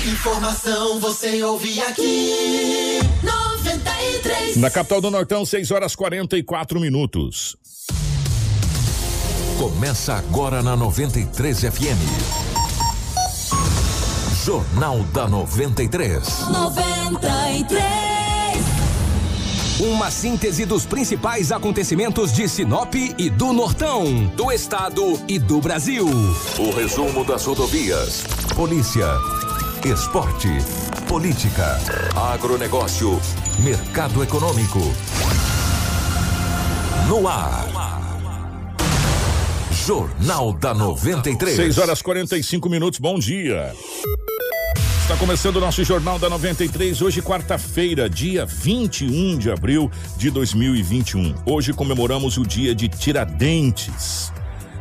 Informação você ouve aqui. 93. Na capital do Nortão, 6h44. Começa agora na 93 FM. Jornal da 93. 93. Uma síntese dos principais acontecimentos de Sinop e do Nortão, do estado e do Brasil. O resumo das rodovias, polícia, esporte, política, agronegócio, mercado econômico. No ar. Jornal da 93. 6h45. Bom dia. Está começando o nosso Jornal da 93, hoje quarta-feira, dia 21 de abril de 2021. Hoje comemoramos o dia de Tiradentes.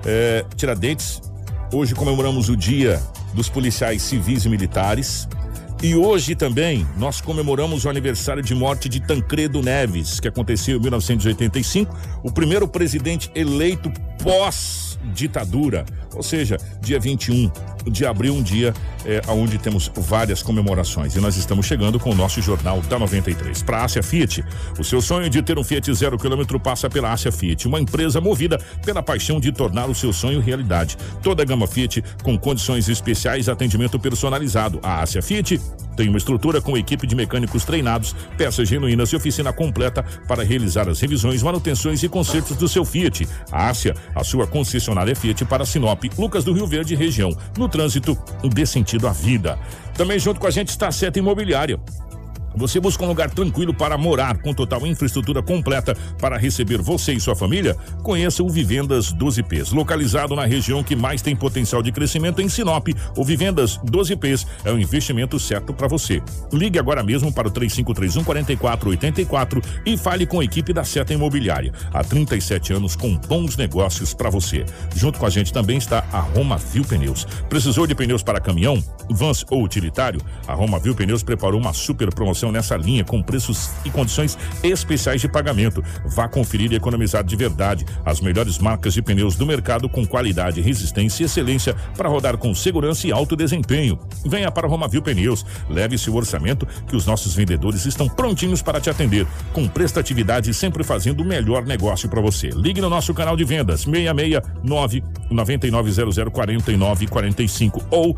Hoje comemoramos o dia dos policiais civis e militares. E hoje também nós comemoramos o aniversário de morte de Tancredo Neves, que aconteceu em 1985, o primeiro presidente eleito pós-ditadura, ou seja, dia 21 de abril, um dia onde temos várias comemorações. E nós estamos chegando com o nosso Jornal da 93. Para a Ásia Fiat, o seu sonho de ter um Fiat 0 km passa pela Ásia Fiat, uma empresa movida pela paixão de tornar o seu sonho realidade. Toda a gama Fiat com condições especiais, atendimento personalizado. A Ásia Fiat tem uma estrutura com equipe de mecânicos treinados, peças genuínas e oficina completa para realizar as revisões, manutenções e consertos do seu Fiat. A Ásia, a sua concessionária Fiat para Sinop, Lucas do Rio Verde região. No trânsito, dê sentido à vida. Também junto com a gente está a Seta Imobiliária. Você busca um lugar tranquilo para morar, com total infraestrutura completa para receber você e sua família? Conheça o Vivendas 12Ps, localizado na região que mais tem potencial de crescimento em Sinop. O Vivendas 12Ps é o investimento certo para você. Ligue agora mesmo para o 3531-4484 e fale com a equipe da Seta Imobiliária. Há 37 anos com bons negócios para você. Junto com a gente também está a Romavil Pneus. Precisou de pneus para caminhão, vans ou utilitário? A Romavil Pneus preparou uma super promoção nessa linha com preços e condições especiais de pagamento. Vá conferir e economizar de verdade as melhores marcas de pneus do mercado com qualidade, resistência e excelência para rodar com segurança e alto desempenho. Venha para a Romavil Pneus, leve seu orçamento que os nossos vendedores estão prontinhos para te atender, com prestatividade e sempre fazendo o melhor negócio para você. Ligue no nosso canal de vendas 669-9900-4945 ou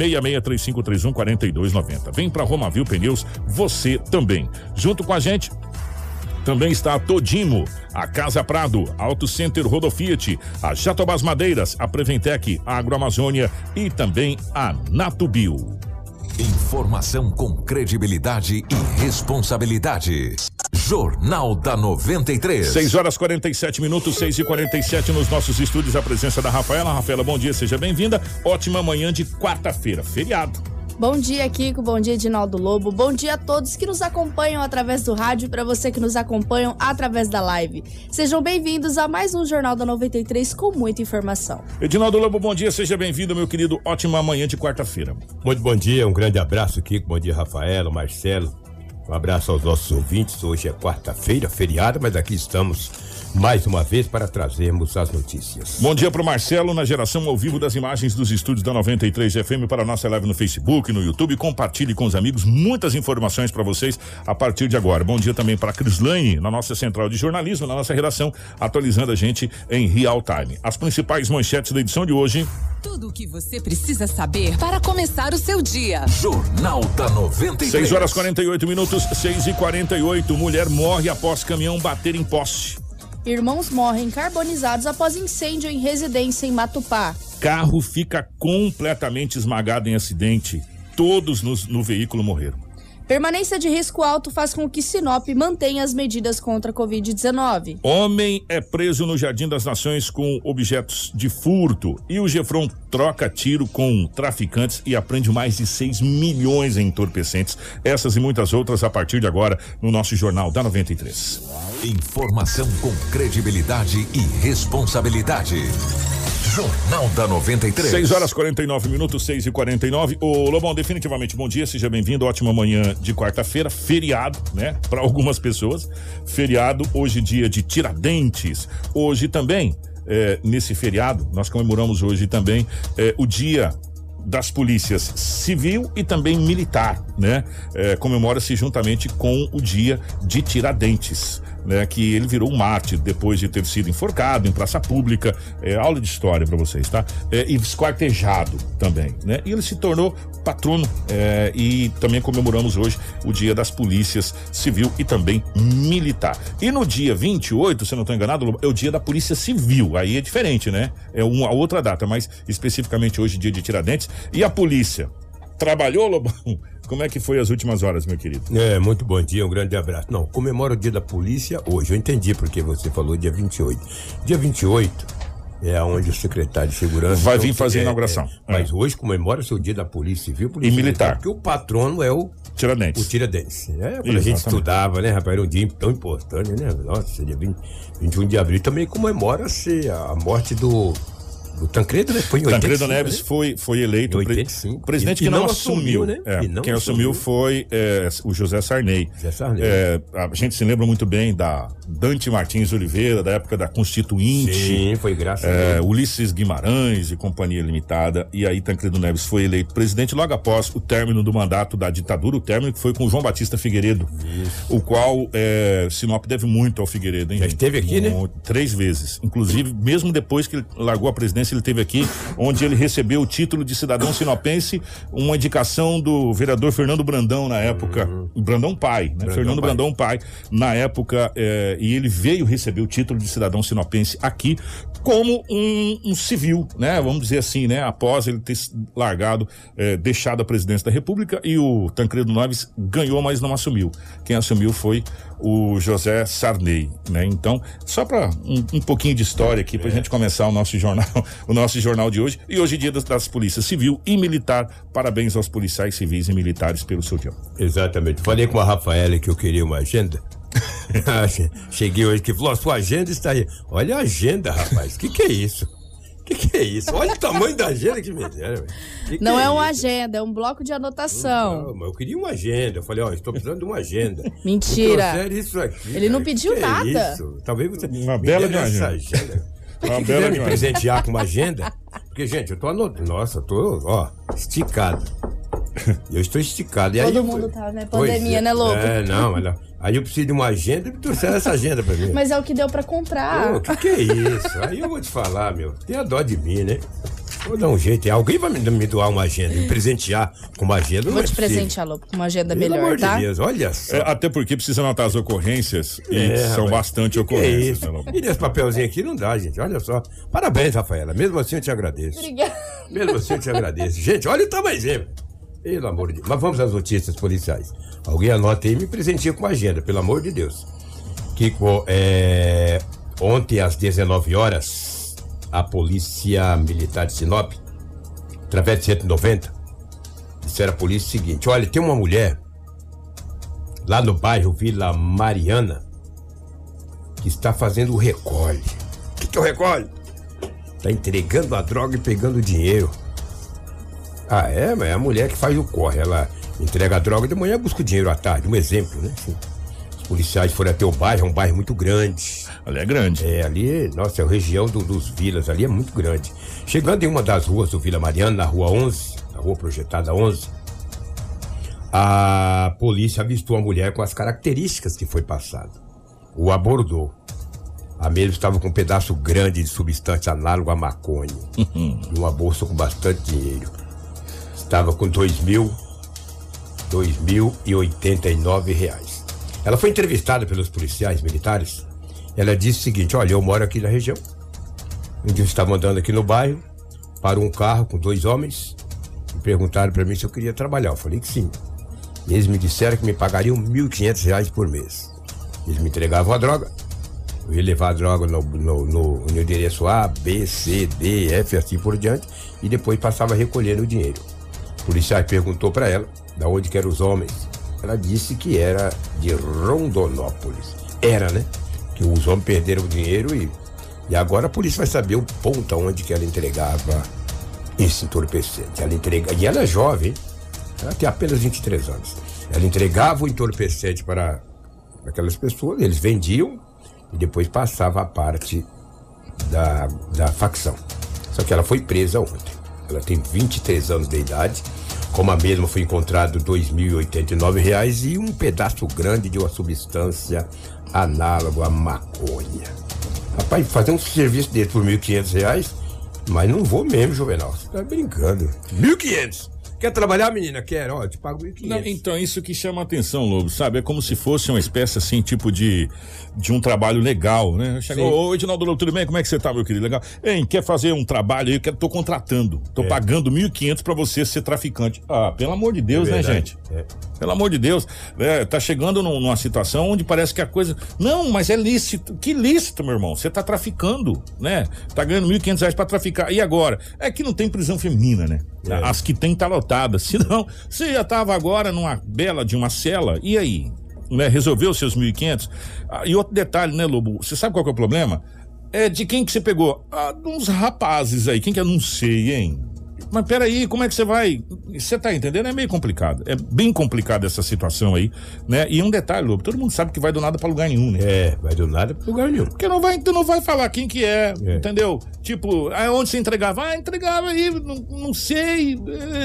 663531-4290. Vem para a Romavil Pneus, você também. Junto com a gente também está a Todimo, a Casa Prado, Auto Center Rodofiat, a Jatobás Madeiras, a Preventec, a Agroamazônia e também a Natubio. Informação com credibilidade e responsabilidade. Jornal da 93. 6h47, 6h47 nos nossos estúdios. A presença da Rafaela. Rafaela, bom dia, seja bem-vinda. Ótima manhã de quarta-feira, feriado. Bom dia, Kiko. Bom dia, Edinaldo Lobo. Bom dia a todos que nos acompanham através do rádio e para você que nos acompanham através da live. Sejam bem-vindos a mais um Jornal da 93 com muita informação. Edinaldo Lobo, bom dia, seja bem-vindo, meu querido. Ótima manhã de quarta-feira. Muito bom dia, um grande abraço, Kiko. Bom dia, Rafaela, Marcelo. Um abraço aos nossos ouvintes. Hoje é quarta-feira, feriado, mas aqui estamos mais uma vez para trazermos as notícias. Bom dia para o Marcelo, na geração ao vivo das imagens dos estúdios da 93 FM para a nossa live no Facebook, no YouTube. Compartilhe com os amigos, muitas informações para vocês a partir de agora. Bom dia também para a Crislane, na nossa central de jornalismo, na nossa redação, atualizando a gente em real time. As principais manchetes da edição de hoje. Tudo o que você precisa saber para começar o seu dia. Jornal da 93. 6h48, 6h48. Mulher morre após caminhão bater em poste. Irmãos morrem carbonizados após incêndio em residência em Matupá. Carro fica completamente esmagado em acidente. Todos no veículo morreram. Permanência de risco alto faz com que Sinop mantenha as medidas contra a Covid-19. Homem é preso no Jardim das Nações com objetos de furto. E o Gefron troca tiro com traficantes e apreende mais de 6 milhões em entorpecentes. Essas e muitas outras a partir de agora no nosso Jornal da 93. Informação com credibilidade e responsabilidade. Jornal da 93. 6h49, 6h49. Ô Lobão, definitivamente bom dia, seja bem-vindo. Ótima manhã de quarta-feira, feriado, né? Para algumas pessoas. Feriado, hoje dia de Tiradentes. Hoje também, nesse feriado, nós comemoramos hoje também o dia das polícias civil e também militar, né? Comemora-se juntamente com o dia de Tiradentes, né? Que ele virou um mártir depois de ter sido enforcado em praça pública, aula de história para vocês, tá? E esquartejado também, né? E ele se tornou patrono, e também comemoramos hoje o dia das polícias civil e também militar. E no dia 28, se eu não estou enganado, é o dia da polícia civil, aí é diferente, né? É uma outra data, mas especificamente hoje, dia de Tiradentes. E a polícia trabalhou, Lobão? Como é que foi as últimas horas, meu querido? Muito bom dia, um grande abraço. Não, comemora o dia da polícia hoje, eu entendi porque você falou dia 28. Dia 28 é onde o secretário de segurança vai vir fazer a inauguração. Mas hoje comemora-se o dia da polícia civil e militar. Porque o patrono é o Tiradentes. O Tiradentes. Quando a gente estudava, né, rapaz? Era um dia tão importante, né? Nossa, dia 21 de abril também comemora-se a morte do Tancredo, né? Foi em 85, Tancredo Neves, né? foi eleito 85. Presidente que não assumiu, né? Quem assumiu foi o José Sarney. A gente se lembra muito bem da Dante Martins Oliveira, da época da Constituinte. Sim, foi graças a Deus. Ulisses Guimarães e Companhia Limitada. E aí Tancredo Neves foi eleito presidente logo após o término do mandato da ditadura, o término que foi com João Batista Figueiredo. Isso. O qual Sinop deve muito ao Figueiredo, hein? Já esteve aqui, né? 3 vezes. Inclusive, mesmo depois que ele largou a presidência, ele esteve aqui, onde ele recebeu o título de cidadão sinopense, uma indicação do vereador Fernando Brandão na época, Brandão pai, né? Fernando Brandão pai, na época, e ele veio receber o título de cidadão sinopense aqui como um civil, né? Vamos dizer assim, né? Após ele ter largado, deixado a presidência da República, e o Tancredo Neves ganhou, mas não assumiu. Quem assumiu foi o José Sarney, né? Então, só para um pouquinho de história aqui, pra gente começar o nosso jornal de hoje. E hoje é dia das polícias civil e militar. Parabéns aos policiais civis e militares pelo seu dia. Exatamente. Falei com a Rafaela que eu queria uma agenda. Cheguei hoje que falou, a sua agenda está aí. Olha a agenda, rapaz. Que é isso? Que é isso? Olha o tamanho da agenda que me deram. Não é uma agenda, é um bloco de anotação. Não, mas eu queria uma agenda. Eu falei, estou precisando de uma agenda. Mentira. Isso aqui, ele não pediu nada. Isso? Talvez você uma bela de agenda. Uma bela me presentear com uma agenda. Porque, gente, eu tô anotando. Nossa, eu tô, esticado. Eu estou esticado. E todo aí mundo tá, né? Pandemia, né, Lobo? Aí eu preciso de uma agenda e me trouxeram essa agenda pra mim. Mas é o que deu pra comprar. O que é isso? Aí eu vou te falar, meu. Tem a dó de mim, né? Vou dar um jeito. Alguém vai me doar uma agenda, me presentear com uma agenda. Vou te presentear, Lobo, com uma agenda melhor, melhor, tá? Pelo amor de Deus, olha só. Até porque precisa anotar as ocorrências e são bastante ocorrências. É isso? E nesse papelzinho aqui não dá, gente. Olha só. Parabéns, Rafaela. Mesmo assim eu te agradeço. Obrigada. Mesmo assim eu te agradeço. Gente, olha o tamanhozinho. Pelo amor de Deus. Mas vamos às notícias policiais. Alguém anota aí e me presenteia com uma agenda, pelo amor de Deus. Kiko, ontem às 19 horas, a Polícia Militar de Sinop, através de 190, disseram à polícia o seguinte: olha, tem uma mulher lá no bairro Vila Mariana que está fazendo o recolhe. O que é o recolhe? Está entregando a droga e pegando o dinheiro. Mas é a mulher que faz o corre. Ela entrega a droga de manhã, busca o dinheiro à tarde. Um exemplo, né? Assim, os policiais foram até o bairro, é um bairro muito grande. Ali é grande. Ali, nossa, é a região dos vilas, ali é muito grande. Chegando em uma das ruas do Vila Mariana, na rua 11, na rua projetada 11, a polícia avistou a mulher com as características que foi passado. O abordou. A mesma estava com um pedaço grande de substância análoga à maconha. E uma bolsa com bastante dinheiro. Estava com R$2.089. Ela foi entrevistada pelos policiais militares. Ela disse o seguinte: olha, eu moro aqui na região. Um dia eu estava andando aqui no bairro, parou um carro com 2 homens e perguntaram para mim se eu queria trabalhar. Eu falei que sim. E eles me disseram que me pagariam R$1.500 por mês. Eles me entregavam a droga. Eu ia levar a droga no endereço A, B, C, D, F, assim por diante, e depois passava recolhendo o dinheiro. O policial perguntou para ela de onde que eram os homens. Ela disse que era de Rondonópolis. Era, né? Que os homens perderam o dinheiro e agora a polícia vai saber o ponto onde que ela entregava esse entorpecente. E ela é jovem, ela tem apenas 23 anos. Ela entregava o entorpecente para aquelas pessoas, eles vendiam e depois passava a parte da facção. Só que ela foi presa ontem. Ela tem 23 anos de idade. Como a mesma foi encontrado R$ 2.089 e um pedaço grande de uma substância análoga à maconha. Rapaz, fazer um serviço desse por R$ 1.500, mas não vou mesmo, Juvenal. Você tá brincando. 1.500. Quer trabalhar, menina? Quer? Ó, eu te pago 1.500. Então, isso que chama a atenção, Lobo, sabe? É como se fosse uma espécie, assim, tipo de um trabalho legal, né? Chegou, ô, Edinaldo Lobo, tudo bem? Como é que você tá, meu querido? Legal. Hein, quer fazer um trabalho aí? Tô contratando. Tô pagando 1.500 pra você ser traficante. Ah, pelo amor de Deus, né, gente? Pelo amor de Deus. Tá chegando numa situação onde parece que a coisa... Não, mas é lícito. Que lícito, meu irmão? Você tá traficando, né? Tá ganhando R$ 1.500 pra traficar. E agora? É que não tem prisão feminina, né? As que tem tá lotadas. Senão, você já tava agora numa bela de uma cela. E aí? Né? Resolveu os seus 1.500? E outro detalhe, né, Lobo? Você sabe qual que é o problema? É de quem que você pegou? De uns rapazes aí. Quem que eu não sei, hein? Mas peraí, como é que você vai? Você tá entendendo? É meio complicado. É bem complicado essa situação aí, né? E um detalhe, Lobo, todo mundo sabe que vai do nada pra lugar nenhum, né? Vai do nada pra lugar nenhum. Porque tu não vai falar quem que é, entendeu? Tipo, onde você entregava? Entregava aí, não sei.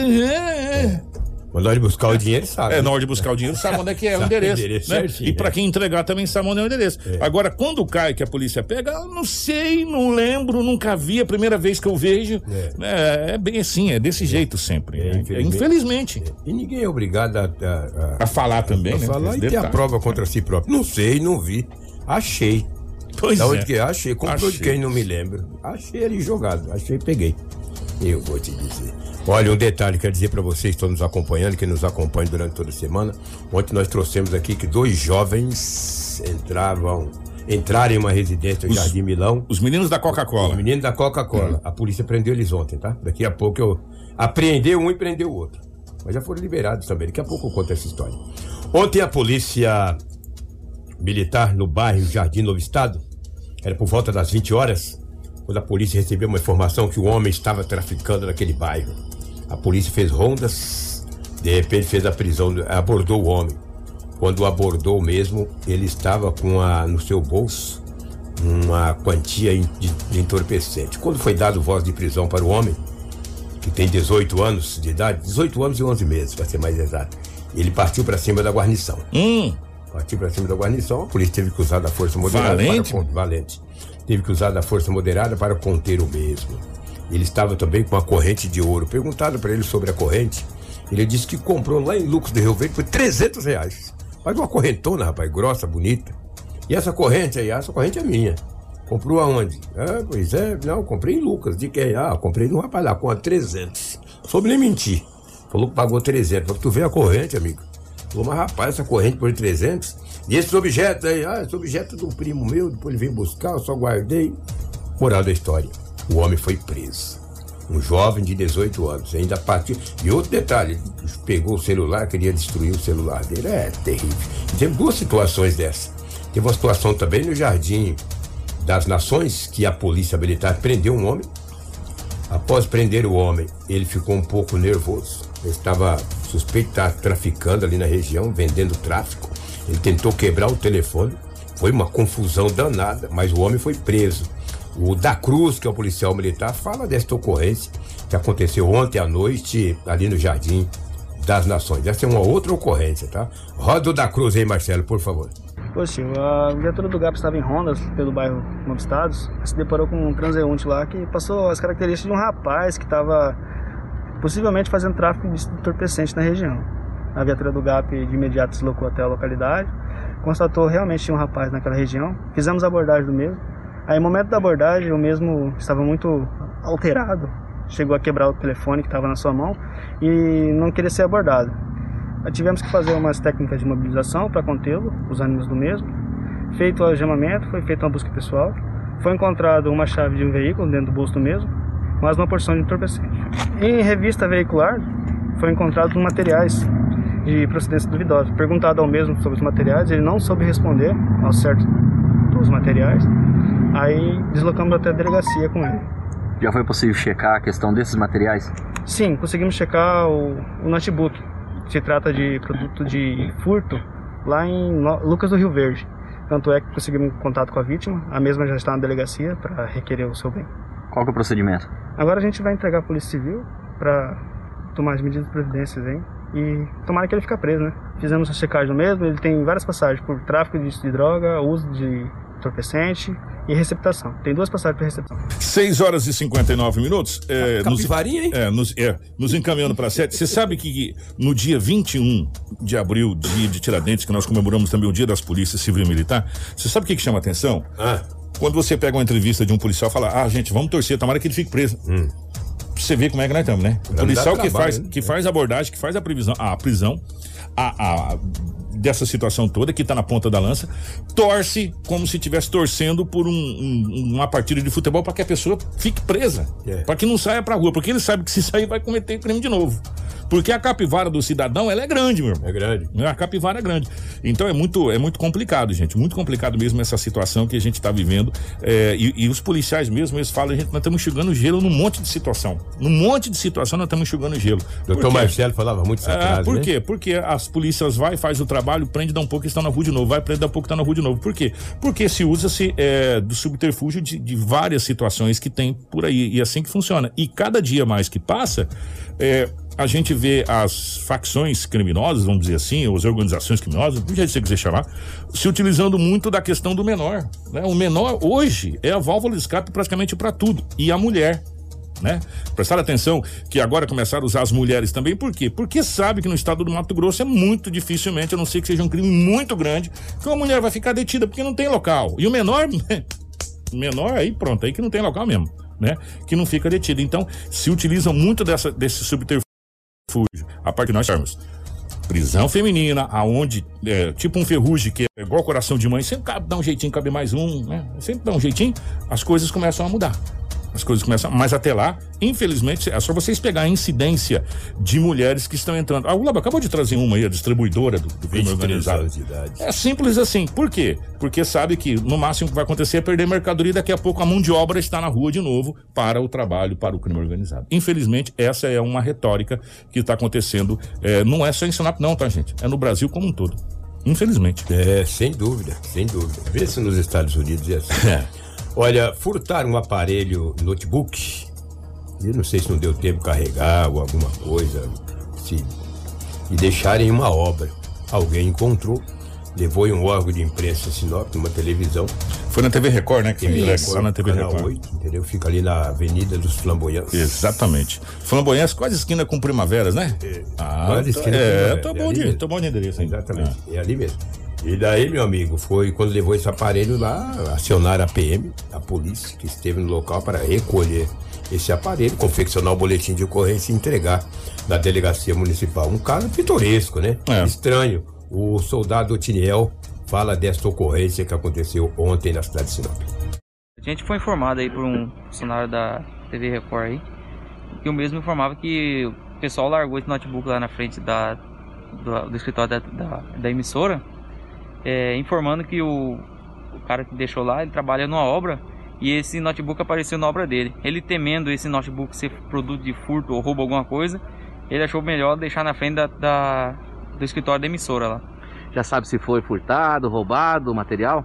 Mas na hora de buscar o dinheiro, sabe. Na hora de buscar o dinheiro, sabe onde é que é o endereço. Né? E pra quem entregar também sabe onde é o endereço. Agora, quando cai que a polícia pega, eu não sei, não lembro, nunca vi, a primeira vez que eu vejo. É bem assim, é desse jeito sempre. Infelizmente. E ninguém é obrigado a falar também, né? Falar e ter a prova contra si próprio. Não sei, não vi. Achei. Pois da onde que achei? Comprou de quem, não me lembro. Achei ali jogado, peguei. Eu vou te dizer. Olha, um detalhe, quero dizer para vocês que estão nos acompanhando, que nos acompanham durante toda a semana. Ontem nós trouxemos aqui que 2 jovens entraram em uma residência no Jardim Milão. Os meninos da Coca-Cola. Os meninos da Coca-Cola. A polícia prendeu eles ontem, tá? Daqui a pouco eu apreendeu um e prendeu o outro. Mas já foram liberados também. Daqui a pouco eu conto essa história. Ontem a polícia militar no bairro Jardim Novo Estado, era por volta das 20 horas, quando a polícia recebeu uma informação que o homem estava traficando naquele bairro. A polícia fez rondas, de repente fez a prisão, abordou o homem. Quando abordou mesmo, ele estava com no seu bolso uma quantia de entorpecente. Quando foi dado voz de prisão para o homem, que tem 18 anos de idade, 18 anos e 11 meses, para ser mais exato, ele partiu para cima da guarnição. Partiu para cima da guarnição, a polícia teve que usar da força moderada. Valente. Teve que usar da força moderada para conter o mesmo. Ele estava também com uma corrente de ouro. Perguntado para ele sobre a corrente, ele disse que comprou lá em Lucas do Rio Verde por R$300. Mas uma correntona, rapaz, grossa, bonita. E essa corrente aí, essa corrente é minha. Comprou aonde? Pois é, não, comprei em Lucas. De quem? Comprei de um rapaz lá, com 300. Soube nem mentir. Falou que pagou 300. Falou que tu vê a corrente, amigo. Falou, mas rapaz, essa corrente por 300? E esses objetos aí? Esse objeto é de um primo meu, depois ele veio buscar, eu só guardei. Moral da história, o homem foi preso. Um jovem de 18 anos, ainda partiu. E outro detalhe, pegou o celular, queria destruir o celular dele. É terrível. E teve 2 situações dessas. Teve uma situação também no Jardim das Nações, que a polícia militar prendeu um homem. Após prender o homem, ele ficou um pouco nervoso. Ele estava suspeito de estar traficando ali na região, vendendo tráfico. Ele tentou quebrar o telefone. Foi uma confusão danada, mas o homem foi preso. O da Cruz, que é o policial militar, fala desta ocorrência que aconteceu ontem à noite ali no Jardim das Nações. Essa é uma outra ocorrência, tá? Roda o da Cruz aí, Marcelo, por favor. Poxa, a viatura do GAP estava em rondas pelo bairro Novo Estado, se deparou com um transeunte lá que passou as características de um rapaz que estava possivelmente fazendo tráfico de entorpecente na região. A viatura do GAP de imediato deslocou até a localidade, constatou realmente que tinha um rapaz naquela região, fizemos a abordagem do mesmo. Aí, no momento da abordagem, o mesmo estava muito alterado, chegou a quebrar o telefone que estava na sua mão e não queria ser abordado. Tivemos que fazer umas técnicas de mobilização para contê-lo, os ânimos do mesmo. Feito o algemamento, foi feita uma busca pessoal. Foi encontrado uma chave de um veículo dentro do bolso do mesmo, mais uma porção de entorpecente. Em revista veicular, foi encontrado materiais de procedência duvidosa. Perguntado ao mesmo sobre os materiais, ele não soube responder ao certo dos materiais. Aí deslocamos até a delegacia com ele. Já foi possível checar a questão desses materiais? Sim, conseguimos checar o notebook. Se trata de produto de furto lá em Lucas do Rio Verde. Tanto é que conseguimos contato com a vítima, a mesma já está na delegacia para requerer o seu bem. Qual que é o procedimento? Agora a gente vai entregar a Polícia Civil para tomar as medidas de providências aí. E tomara que ele fique preso, né? Fizemos a checagem do mesmo, ele tem várias passagens por tráfico de droga, uso de entorpecente e receptação. Tem 2 passagens para receptação. 6h59. Capivarinha, hein? Nos encaminhando para 7. Você sabe que no dia 21 de abril, dia de Tiradentes, que nós comemoramos também o Dia das Polícias Civil e Militar, você sabe o que chama atenção? Quando você pega uma entrevista de um policial e fala, gente, vamos torcer, tomara que ele fique preso. Você vê como é que nós estamos, né? O policial que faz a abordagem, que faz a prisão, dessa situação toda, que tá na ponta da lança, torce como se estivesse torcendo por uma partida de futebol para que a pessoa fique presa, para que não saia pra rua, porque ele sabe que se sair vai cometer crime de novo. Porque a capivara do cidadão, ela é grande, meu irmão. É grande. A capivara é grande. Então é muito complicado, gente. Muito complicado mesmo essa situação que a gente tá vivendo. E os policiais mesmo, eles falam, nós estamos enxugando gelo num monte de situação. Num monte de situação nós estamos enxugando gelo. Doutor Marcelo falava muito essa frase, por né? quê? Porque as polícias faz o trabalho, prende, dá um pouco e estão na rua de novo. Vai, prende, dá um pouco e está na rua de novo. Por quê? Porque se usa-se do subterfúgio de várias situações que tem por aí. E assim que funciona. E cada dia mais que passa, a gente vê as facções criminosas, vamos dizer assim, ou as organizações criminosas, do jeito que você quiser chamar, se utilizando muito da questão do menor, né? O menor hoje é a válvula de escape praticamente para tudo. E a mulher, né? Prestaram atenção que agora começaram a usar as mulheres também, por quê? Porque sabe que no estado do Mato Grosso é muito dificilmente, a não ser que seja um crime muito grande, que uma mulher vai ficar detida porque não tem local. E o menor aí pronto, aí que não tem local mesmo, né? Que não fica detido. Então, se utilizam muito desse subterfúgio. A parte que nós chamamos prisão feminina, aonde tipo um ferrugem que é igual coração de mãe, sempre dá um jeitinho, cabe mais um, né? Sempre dá um jeitinho, as coisas começam a mudar. Mas até lá, infelizmente, é só vocês pegar a incidência de mulheres que estão entrando. A Ulaba acabou de trazer uma aí, a distribuidora do crime organizado. É simples assim. Por quê? Porque sabe que no máximo o que vai acontecer é perder mercadoria e daqui a pouco a mão de obra está na rua de novo para o trabalho, para o crime organizado. Infelizmente, essa é uma retórica que está acontecendo. Não é só em Sinop não, tá, gente? É no Brasil como um todo. Infelizmente. Sem dúvida. Vê se nos Estados Unidos é assim. Olha, furtar um aparelho notebook, eu não sei se não deu tempo de carregar ou alguma coisa, e deixarem uma obra. Alguém encontrou, levou em um órgão de imprensa em Sinop, numa televisão. Foi na TV Record, né? Só na TV Record. 8, entendeu? Fica ali na Avenida dos Flamboyantes. Exatamente. Flamboyantes, quase esquina com Primaveras, né? Quase esquina com Primaveras. Tô bom de endereço, hein? Exatamente, é ali mesmo. E daí, meu amigo, foi quando levou esse aparelho lá, acionaram a PM, a polícia, que esteve no local para recolher esse aparelho, confeccionar o boletim de ocorrência e entregar na delegacia municipal. Um caso pitoresco, né? Estranho. O soldado Otiniel fala desta ocorrência que aconteceu ontem na cidade de Sinop. A gente foi informado aí por um funcionário da TV Record aí, que o mesmo informava que o pessoal largou esse notebook lá na frente do escritório da emissora, informando que o cara que deixou lá, ele trabalha numa obra e esse notebook apareceu na obra dele. Ele, temendo esse notebook ser produto de furto ou roubo alguma coisa, ele achou melhor deixar na frente do escritório da emissora lá. Já sabe se foi furtado, roubado o material?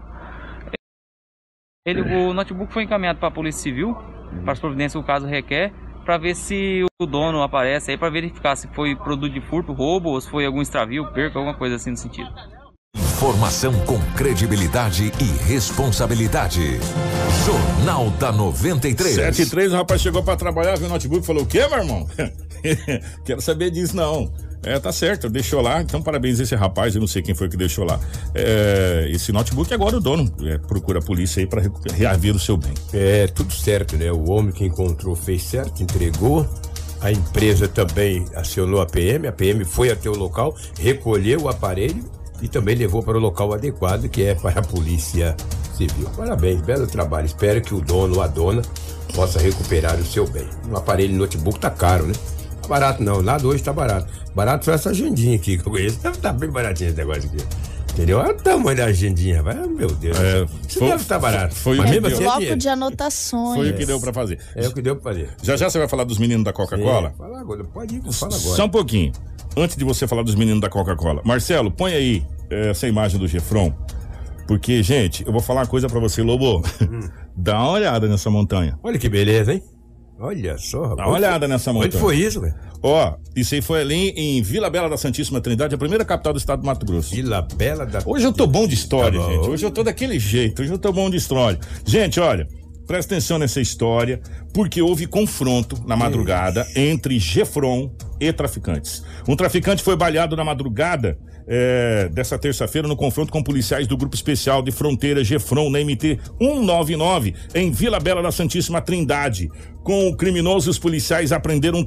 O notebook foi encaminhado para a Polícia Civil, para as providências que o caso requer, para ver se o dono aparece aí, para verificar se foi produto de furto, roubo, ou se foi algum extravio, perca, alguma coisa assim no sentido. Informação com credibilidade e responsabilidade. Jornal da 93. 7h03, o rapaz chegou pra trabalhar, viu o notebook e falou: o quê, meu irmão? Quero saber disso, não. Tá certo, deixou lá, então parabéns a esse rapaz, eu não sei quem foi que deixou lá. Esse notebook agora o dono procura a polícia aí pra reaver o seu bem. Tudo certo, né? O homem que encontrou fez certo, entregou. A empresa também acionou a PM foi até o local, recolheu o aparelho e também levou para o local adequado, que é para a Polícia Civil. Parabéns, belo trabalho. Espero que o dono ou a dona possa recuperar o seu bem. Um aparelho notebook tá caro, né? Tá barato não, nada hoje tá barato. Barato foi essa agendinha aqui que eu conheço. Tá bem baratinho esse negócio aqui. Entendeu? Olha o tamanho da agendinha, meu Deus. Isso deve estar barato. Foi bloco de anotações. Foi o que deu pra fazer. É o que deu pra fazer. Já você vai falar dos meninos da Coca-Cola? Fala agora, pode ir, fala agora. Só um pouquinho. Antes de você falar dos meninos da Coca-Cola, Marcelo, põe aí essa imagem do Gefron. Porque, gente, eu vou falar uma coisa pra você, Lobo. Dá uma olhada nessa montanha. Olha que beleza, hein? Olha só, rapaz. Dá uma olhada nessa montanha. Onde foi isso, velho? Ó, isso aí foi ali em Vila Bela da Santíssima Trindade, a primeira capital do estado do Mato Grosso. Vila Bela da... Hoje eu tô bom de história, Tá bom. gente. Hoje eu tô daquele jeito, hoje eu tô bom de história. Gente, olha, presta atenção nessa história, porque houve confronto na madrugada entre Gefron e traficantes. Um traficante foi baleado na madrugada dessa terça-feira no confronto com policiais do Grupo Especial de Fronteira Gefron na MT 199 em Vila Bela da Santíssima Trindade. Com o criminoso, os policiais apreenderam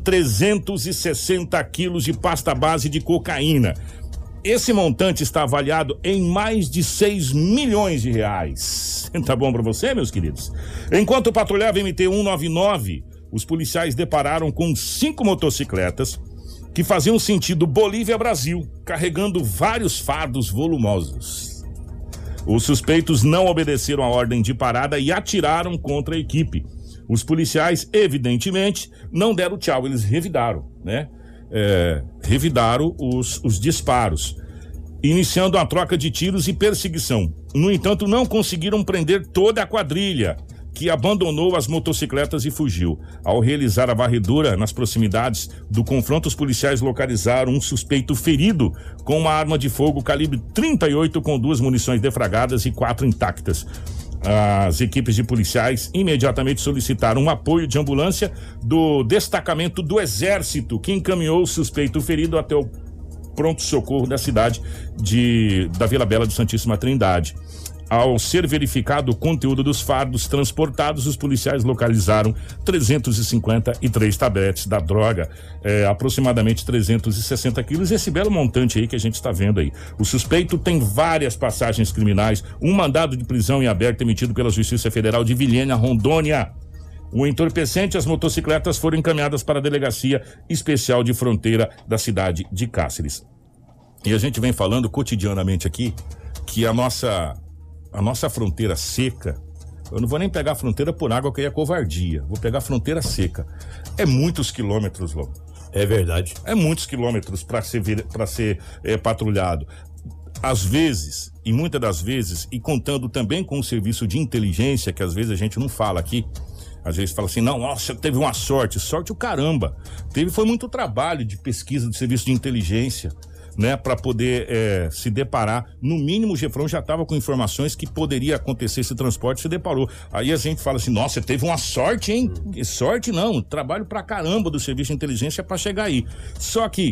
360 quilos de pasta base de cocaína. Esse montante está avaliado em mais de 6 milhões de reais. Tá bom pra você, meus queridos? Enquanto patrulhava MT 199, os policiais depararam com 5 motocicletas que faziam sentido Bolívia-Brasil, carregando vários fardos volumosos. Os suspeitos não obedeceram a ordem de parada e atiraram contra a equipe. Os policiais, evidentemente, não deram tchau, eles revidaram, né? Revidaram os disparos, iniciando a troca de tiros e perseguição. No entanto, não conseguiram prender toda a quadrilha, que abandonou as motocicletas e fugiu. Ao realizar a varredura nas proximidades do confronto, os policiais localizaram um suspeito ferido com uma arma de fogo calibre 38 com 2 munições defragadas e 4 intactas. As equipes de policiais imediatamente solicitaram um apoio de ambulância do destacamento do Exército, que encaminhou o suspeito ferido até o pronto-socorro da cidade da Vila Bela de Santíssima Trindade. Ao ser verificado o conteúdo dos fardos transportados, os policiais localizaram 353 tabletes da droga, aproximadamente 360 quilos, esse belo montante aí que a gente está vendo aí. O suspeito tem várias passagens criminais, um mandado de prisão em aberto emitido pela Justiça Federal de Vilhena, Rondônia. O entorpecente e as motocicletas foram encaminhadas para a Delegacia Especial de Fronteira da cidade de Cáceres. E a gente vem falando cotidianamente aqui que a nossa fronteira seca, eu não vou nem pegar a fronteira por água, que aí é covardia, vou pegar a fronteira seca. É muitos quilômetros, Lobo. É verdade. É muitos quilômetros para ser patrulhado. Às vezes, e muitas das vezes, e contando também com o serviço de inteligência, que às vezes a gente não fala aqui, às vezes fala assim, não, nossa, teve uma sorte o caramba. Foi muito trabalho de pesquisa de serviço de inteligência, né, para poder se deparar. No mínimo, o Gefron já estava com informações que poderia acontecer esse transporte, se deparou. Aí a gente fala assim, nossa, teve uma sorte, hein? Que sorte não, trabalho pra caramba do serviço de inteligência para chegar aí. Só que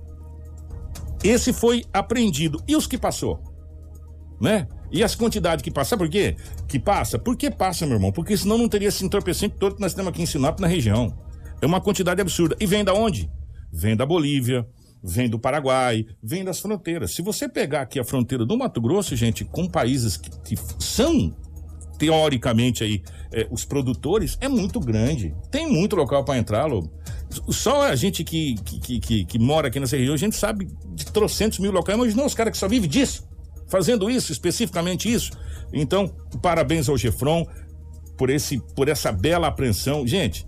esse foi apreendido. E os que passou? Né? E as quantidades que passa, sabe por quê? Que passa? Por que passa, meu irmão? Porque senão não teria esse entorpecente todo que nós temos aqui em Sinop, na região. É uma quantidade absurda. E vem da onde? Vem da Bolívia, vem do Paraguai, vem das fronteiras. Se você pegar aqui a fronteira do Mato Grosso, gente, com países que são, teoricamente, aí, os produtores, é muito grande. Tem muito local para entrar, Lobo. Só a gente que mora aqui nessa região, a gente sabe de trocentos mil locais. Imaginou os caras que só vivem disso, fazendo isso, especificamente isso. Então, parabéns ao Gefron por essa bela apreensão. Gente,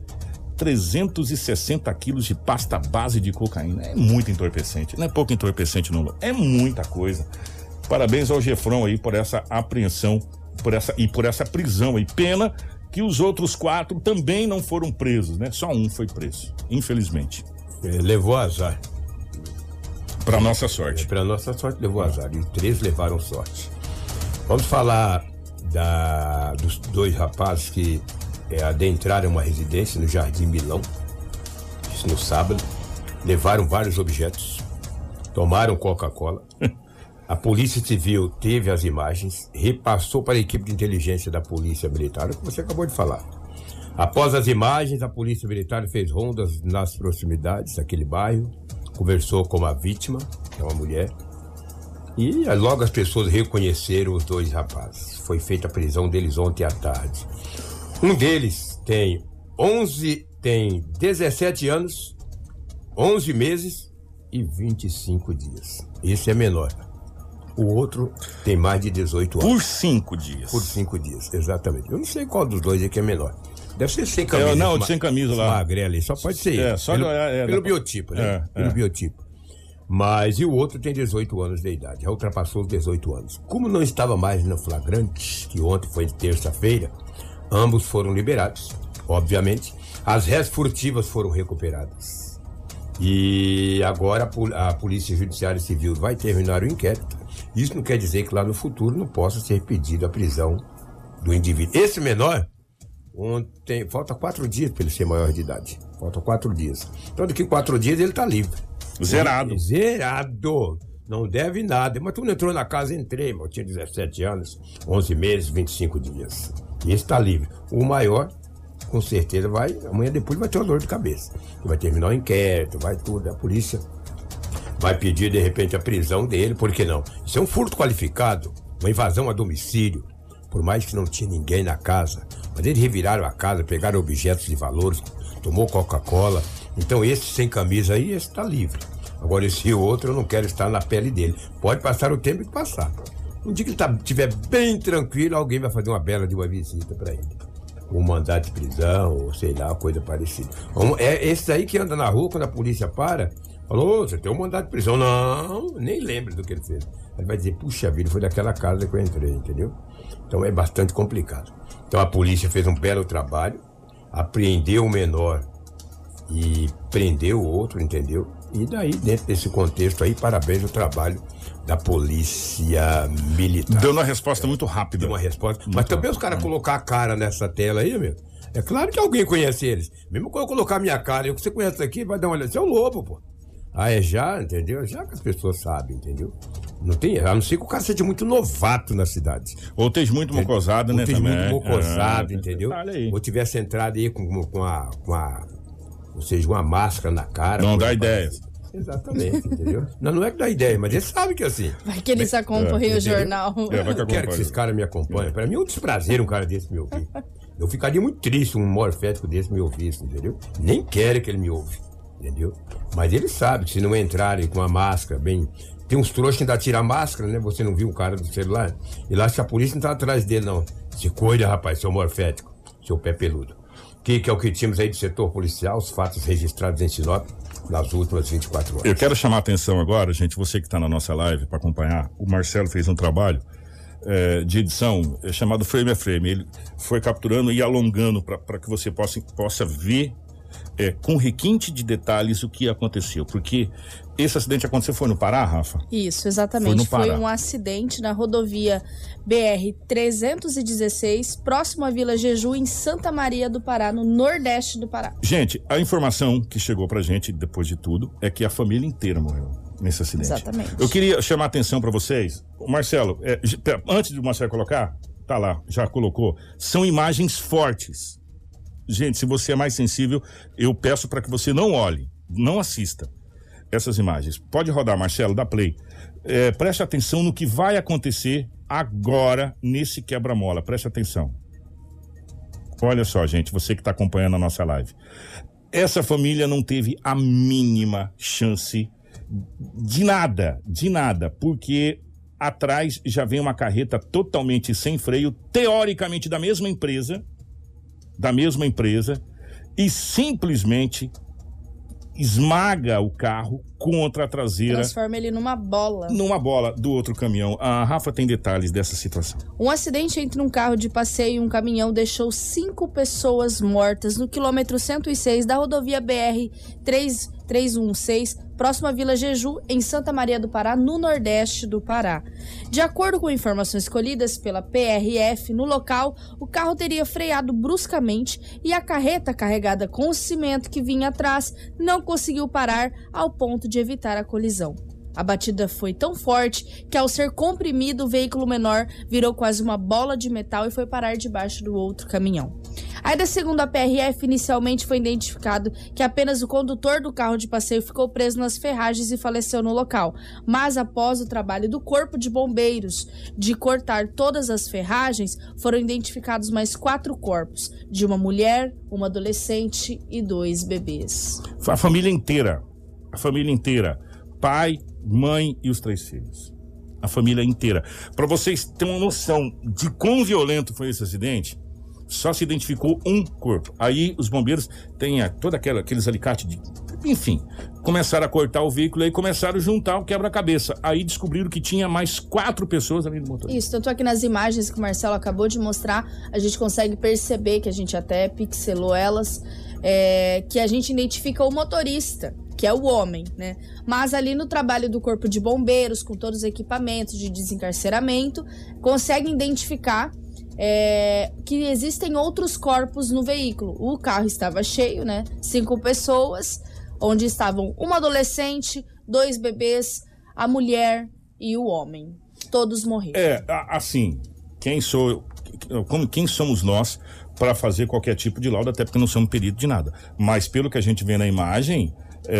360 quilos de pasta base de cocaína. É muito entorpecente. Não é pouco entorpecente, não. É muita coisa. Parabéns ao Gefron aí por essa apreensão, por essa prisão aí. Pena que os outros 4 também não foram presos, né? Só um foi preso, infelizmente. Levou azar. Pra nossa sorte. Pra nossa sorte levou azar. E 3 levaram sorte. Vamos falar dos 2 rapazes que adentraram uma residência no Jardim Milão, isso no sábado, levaram vários objetos, tomaram Coca-Cola. A Polícia Civil teve as imagens, repassou para a equipe de inteligência da Polícia Militar, o que você acabou de falar. Após as imagens, a Polícia Militar fez rondas nas proximidades daquele bairro, conversou com a vítima, que é uma mulher, e logo as pessoas reconheceram os 2 rapazes. Foi feita a prisão deles ontem à tarde. Um deles tem 17 anos, 11 meses e 25 dias. Esse é menor. O outro tem mais de 18 anos. Por 5 dias. Por 5 dias, exatamente. Eu não sei qual dos 2 é que é menor. Deve ser sem camisa. Não, sem camisa lá. Magrela aí, só pode ser. Só pelo biotipo, né? Pelo biotipo. Mas e o outro tem 18 anos de idade, já ultrapassou os 18 anos. Como não estava mais no flagrante, que ontem foi terça-feira, Ambos foram liberados, obviamente. As réis furtivas foram recuperadas. E agora a Polícia Judiciária Civil vai terminar o inquérito. Isso não quer dizer que lá no futuro não possa ser pedido a prisão do indivíduo. Esse menor, ontem, falta 4 dias para ele ser maior de idade. Faltam 4 dias. Então daqui 4 dias ele está livre. Zerado. Zerado. Não deve nada. Mas tu não entrou na casa, entrei, mas eu tinha 17 anos, 11 meses, 25 dias. E esse está livre. O maior, com certeza, amanhã depois vai ter uma dor de cabeça. Vai terminar o inquérito, vai tudo. A polícia vai pedir, de repente, a prisão dele. Por que não? Isso é um furto qualificado, uma invasão a domicílio. Por mais que não tinha ninguém na casa. Mas eles reviraram a casa, pegaram objetos de valores, tomou Coca-Cola. Então esse sem camisa aí, esse está livre. Agora esse outro eu não quero estar na pele dele. Pode passar o tempo que passar. Um dia que ele estiver bem tranquilo, alguém vai fazer uma bela de uma visita para ele. Um mandado de prisão, ou sei lá, coisa parecida. É esse aí que anda na rua, quando a polícia para, falou, você tem um mandado de prisão. Não, nem lembra do que ele fez. Ele vai dizer, puxa vida, foi daquela casa que eu entrei, entendeu? Então é bastante complicado. Então a polícia fez um belo trabalho, apreendeu o menor e prendeu o outro, entendeu? E daí, dentro desse contexto aí, parabéns ao trabalho da Polícia Militar. Deu uma resposta muito rápida. Deu uma resposta. Mas também os caras colocar a cara nessa tela aí, meu. É claro que alguém conhece eles. Mesmo quando eu colocar minha cara, eu que você conhece aqui, vai dar uma olhada. Você é o Lobo, pô. É já, entendeu? Já que as pessoas sabem, entendeu? Não tem, a não ser que o cara seja muito novato na cidade. Ou esteja muito mocosado, né? Ou esteja muito mocosado, entendeu? Ou tivesse entrado aí ou seja, uma máscara na cara. Não dá ideias. Exatamente, entendeu? Não é que dá ideia, mas eles sabem que é assim. Vai que eles acompanham o jornal. Eu não quero que esses caras me acompanhem. Pra mim é um desprazer um cara desse me ouvir. Eu ficaria muito triste um morfético desse me ouvisse, entendeu? Nem quero que ele me ouve, entendeu? Mas ele sabe que se não entrarem com a máscara bem... Tem uns trouxas que ainda tiram a máscara, né? Você não viu o cara do celular? Ele acha que a polícia não tá atrás dele, não. Se cuida, rapaz, seu morfético, seu pé peludo. Que é o que tínhamos aí do setor policial, os fatos registrados em Sinop nas últimas 24 horas. Eu quero chamar a atenção agora, gente, você que está na nossa live para acompanhar. O Marcelo fez um trabalho de edição chamado Frame a Frame. Ele foi capturando e alongando para que você possa ver com requinte de detalhes o que aconteceu. Porque esse acidente aconteceu, foi no Pará, Rafa? Isso, exatamente. Foi um acidente na rodovia BR-316, próximo à Vila Jeju, em Santa Maria do Pará, no nordeste do Pará. Gente, a informação que chegou pra gente, depois de tudo, é que a família inteira morreu nesse acidente. Exatamente. Eu queria chamar a atenção pra vocês. Marcelo, antes do Marcelo colocar, tá lá, já colocou, são imagens fortes. Gente, se você é mais sensível, eu peço para que você não olhe, não assista essas imagens. Pode rodar, Marcelo, dá play. Preste atenção no que vai acontecer agora nesse quebra-mola. Preste atenção. Olha só, gente, você que está acompanhando a nossa live. Essa família não teve a mínima chance de nada, porque atrás já vem uma carreta totalmente sem freio, teoricamente da mesma empresa, e simplesmente esmaga o carro contra a traseira. Transforma ele numa bola do outro caminhão. A Rafa tem detalhes dessa situação. Um acidente entre um carro de passeio e um caminhão deixou 5 pessoas mortas no quilômetro 106 da rodovia BR-316, próximo à Vila Jeju, em Santa Maria do Pará, no nordeste do Pará. De acordo com informações colhidas pela PRF, no local, o carro teria freado bruscamente e a carreta carregada com o cimento que vinha atrás não conseguiu parar ao ponto de evitar a colisão. A batida foi tão forte que, ao ser comprimido, o veículo menor virou quase uma bola de metal e foi parar debaixo do outro caminhão. Ainda segundo a PRF, inicialmente foi identificado que apenas o condutor do carro de passeio ficou preso nas ferragens e faleceu no local. Mas após o trabalho do Corpo de Bombeiros de cortar todas as ferragens, foram identificados mais 4 corpos, de uma mulher, uma adolescente e 2 bebês. A família inteira, pai, mãe e os 3 filhos. A família inteira. Para vocês terem uma noção de quão violento foi esse acidente, só se identificou um corpo. Aí os bombeiros têm todo aqueles alicates enfim, começaram a cortar o veículo e começaram a juntar o quebra-cabeça. Aí descobriram que tinha mais 4 pessoas ali no motor. Isso, tanto aqui nas imagens que o Marcelo acabou de mostrar, a gente consegue perceber, que a gente até pixelou elas, que a gente identifica o motorista, que é o homem, né? Mas ali no trabalho do Corpo de Bombeiros, com todos os equipamentos de desencarceramento, consegue identificar que existem outros corpos no veículo. O carro estava cheio, né? 5 pessoas, onde estavam uma adolescente, 2 bebês, a mulher e o homem. Todos morreram. Assim, quem somos nós para fazer qualquer tipo de laudo, até porque não somos peritos de nada. Mas pelo que a gente vê na imagem,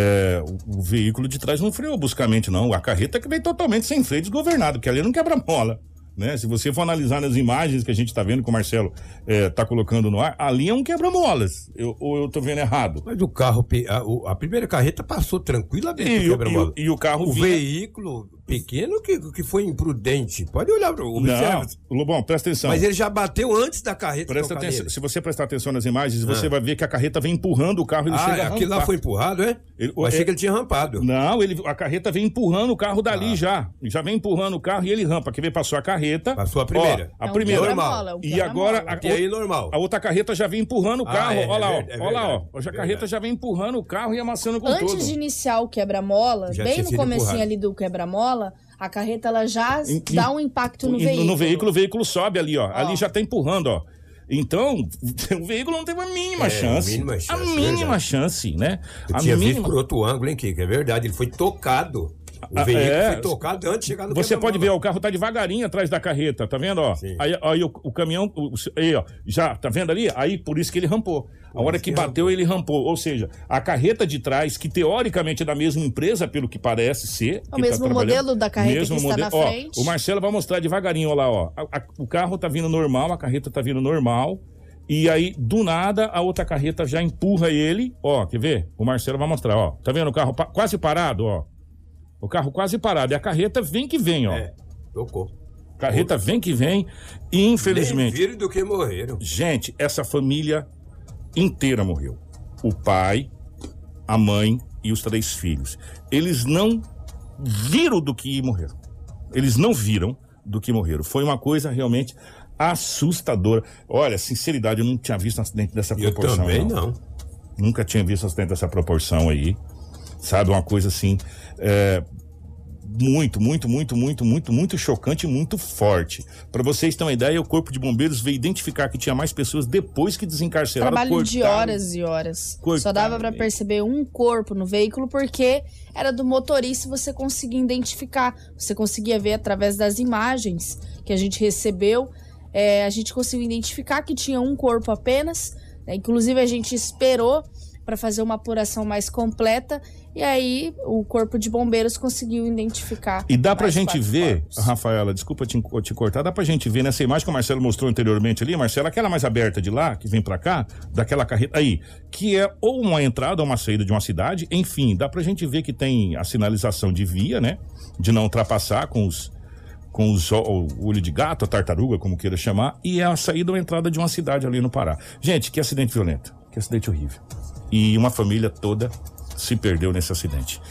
o veículo de trás não freou bruscamente, não. A carreta que veio totalmente sem freio, desgovernado, porque ali não quebra-mola. Né? Se você for analisar nas imagens que a gente tá vendo, que o Marcelo tá colocando no ar, ali é um quebra-molas. Ou eu tô vendo errado? Mas o carro, a primeira carreta passou tranquilamente. E o carro o veículo pequeno que foi imprudente. Pode olhar para o Lobão, presta atenção. Mas ele já bateu antes da carreta. Presta atenção. Se você prestar atenção nas imagens, você vai ver que a carreta vem empurrando o carro. Ele chega a aquilo lá foi empurrado, é? Eu achei que ele tinha rampado. Não, a carreta vem empurrando o carro dali já. Já vem empurrando o carro e ele rampa. Que vem, passou a carreta. Passou a primeira. A primeira. Normal. E agora normal. A outra carreta já vem empurrando o carro. Olha lá, ó. A carreta já vem empurrando o carro e amassando com tudo. Antes de iniciar o quebra-mola, bem no comecinho ali do quebra-mola, a carreta ela já dá um impacto no veículo. No veículo, o veículo sobe ali, ó. Ali já tá empurrando, ó. Então, o veículo não teve a mínima chance. A mínima chance, né? Eu tinha visto por outro ângulo, hein, Kiko? É verdade, ele foi tocado. O veículo foi tocado antes de chegar no Você pode ver, ó, o carro tá devagarinho atrás da carreta, tá vendo, ó? Aí o caminhão, aí, ó, já, tá vendo ali? Aí, por isso que ele rampou. A hora que bateu, ele rampou. Ou seja, a carreta de trás, que teoricamente é da mesma empresa, pelo que parece ser. O mesmo modelo da carreta que está na frente. Ó, o Marcelo vai mostrar devagarinho, ó lá, ó. O carro tá vindo normal, a carreta tá vindo normal. E aí, do nada, a outra carreta já empurra ele. Ó, quer ver? O Marcelo vai mostrar, ó. Tá vendo o carro quase parado, ó? O carro quase parado. E a carreta vem que vem, ó. Tocou. Carreta vem que vem. E infelizmente. Viram do que morreram. Gente, essa família inteira morreu. O pai, a mãe e os 3 filhos. Eles não viram do que morreram. Eles não viram do que morreram. Foi uma coisa realmente assustadora. Olha, sinceridade, eu não tinha visto um acidente dessa proporção. Eu também não. Nunca tinha visto um acidente dessa proporção aí. Sabe, uma coisa assim, muito chocante e muito forte. Para vocês terem uma ideia, o Corpo de Bombeiros veio identificar que tinha mais pessoas depois que desencarceraram. Trabalho de horas e horas. Só dava para perceber um corpo no veículo porque era do motorista e você conseguia identificar. Você conseguia ver através das imagens que a gente recebeu. A gente conseguiu identificar que tinha um corpo apenas. Inclusive a gente esperou para fazer uma apuração mais completa e aí o Corpo de Bombeiros conseguiu identificar. E dá pra gente ver, Rafaela, desculpa te cortar, dá pra gente ver nessa imagem que o Marcelo mostrou anteriormente ali, Marcelo, aquela mais aberta de lá, que vem pra cá, daquela carreta aí, que é ou uma entrada ou uma saída de uma cidade, enfim, dá pra gente ver que tem a sinalização de via, né, de não ultrapassar com o olho de gato, a tartaruga, como queira chamar, e é a saída ou entrada de uma cidade ali no Pará. Gente, que acidente violento, que acidente horrível. E uma família toda se perdeu nesse acidente.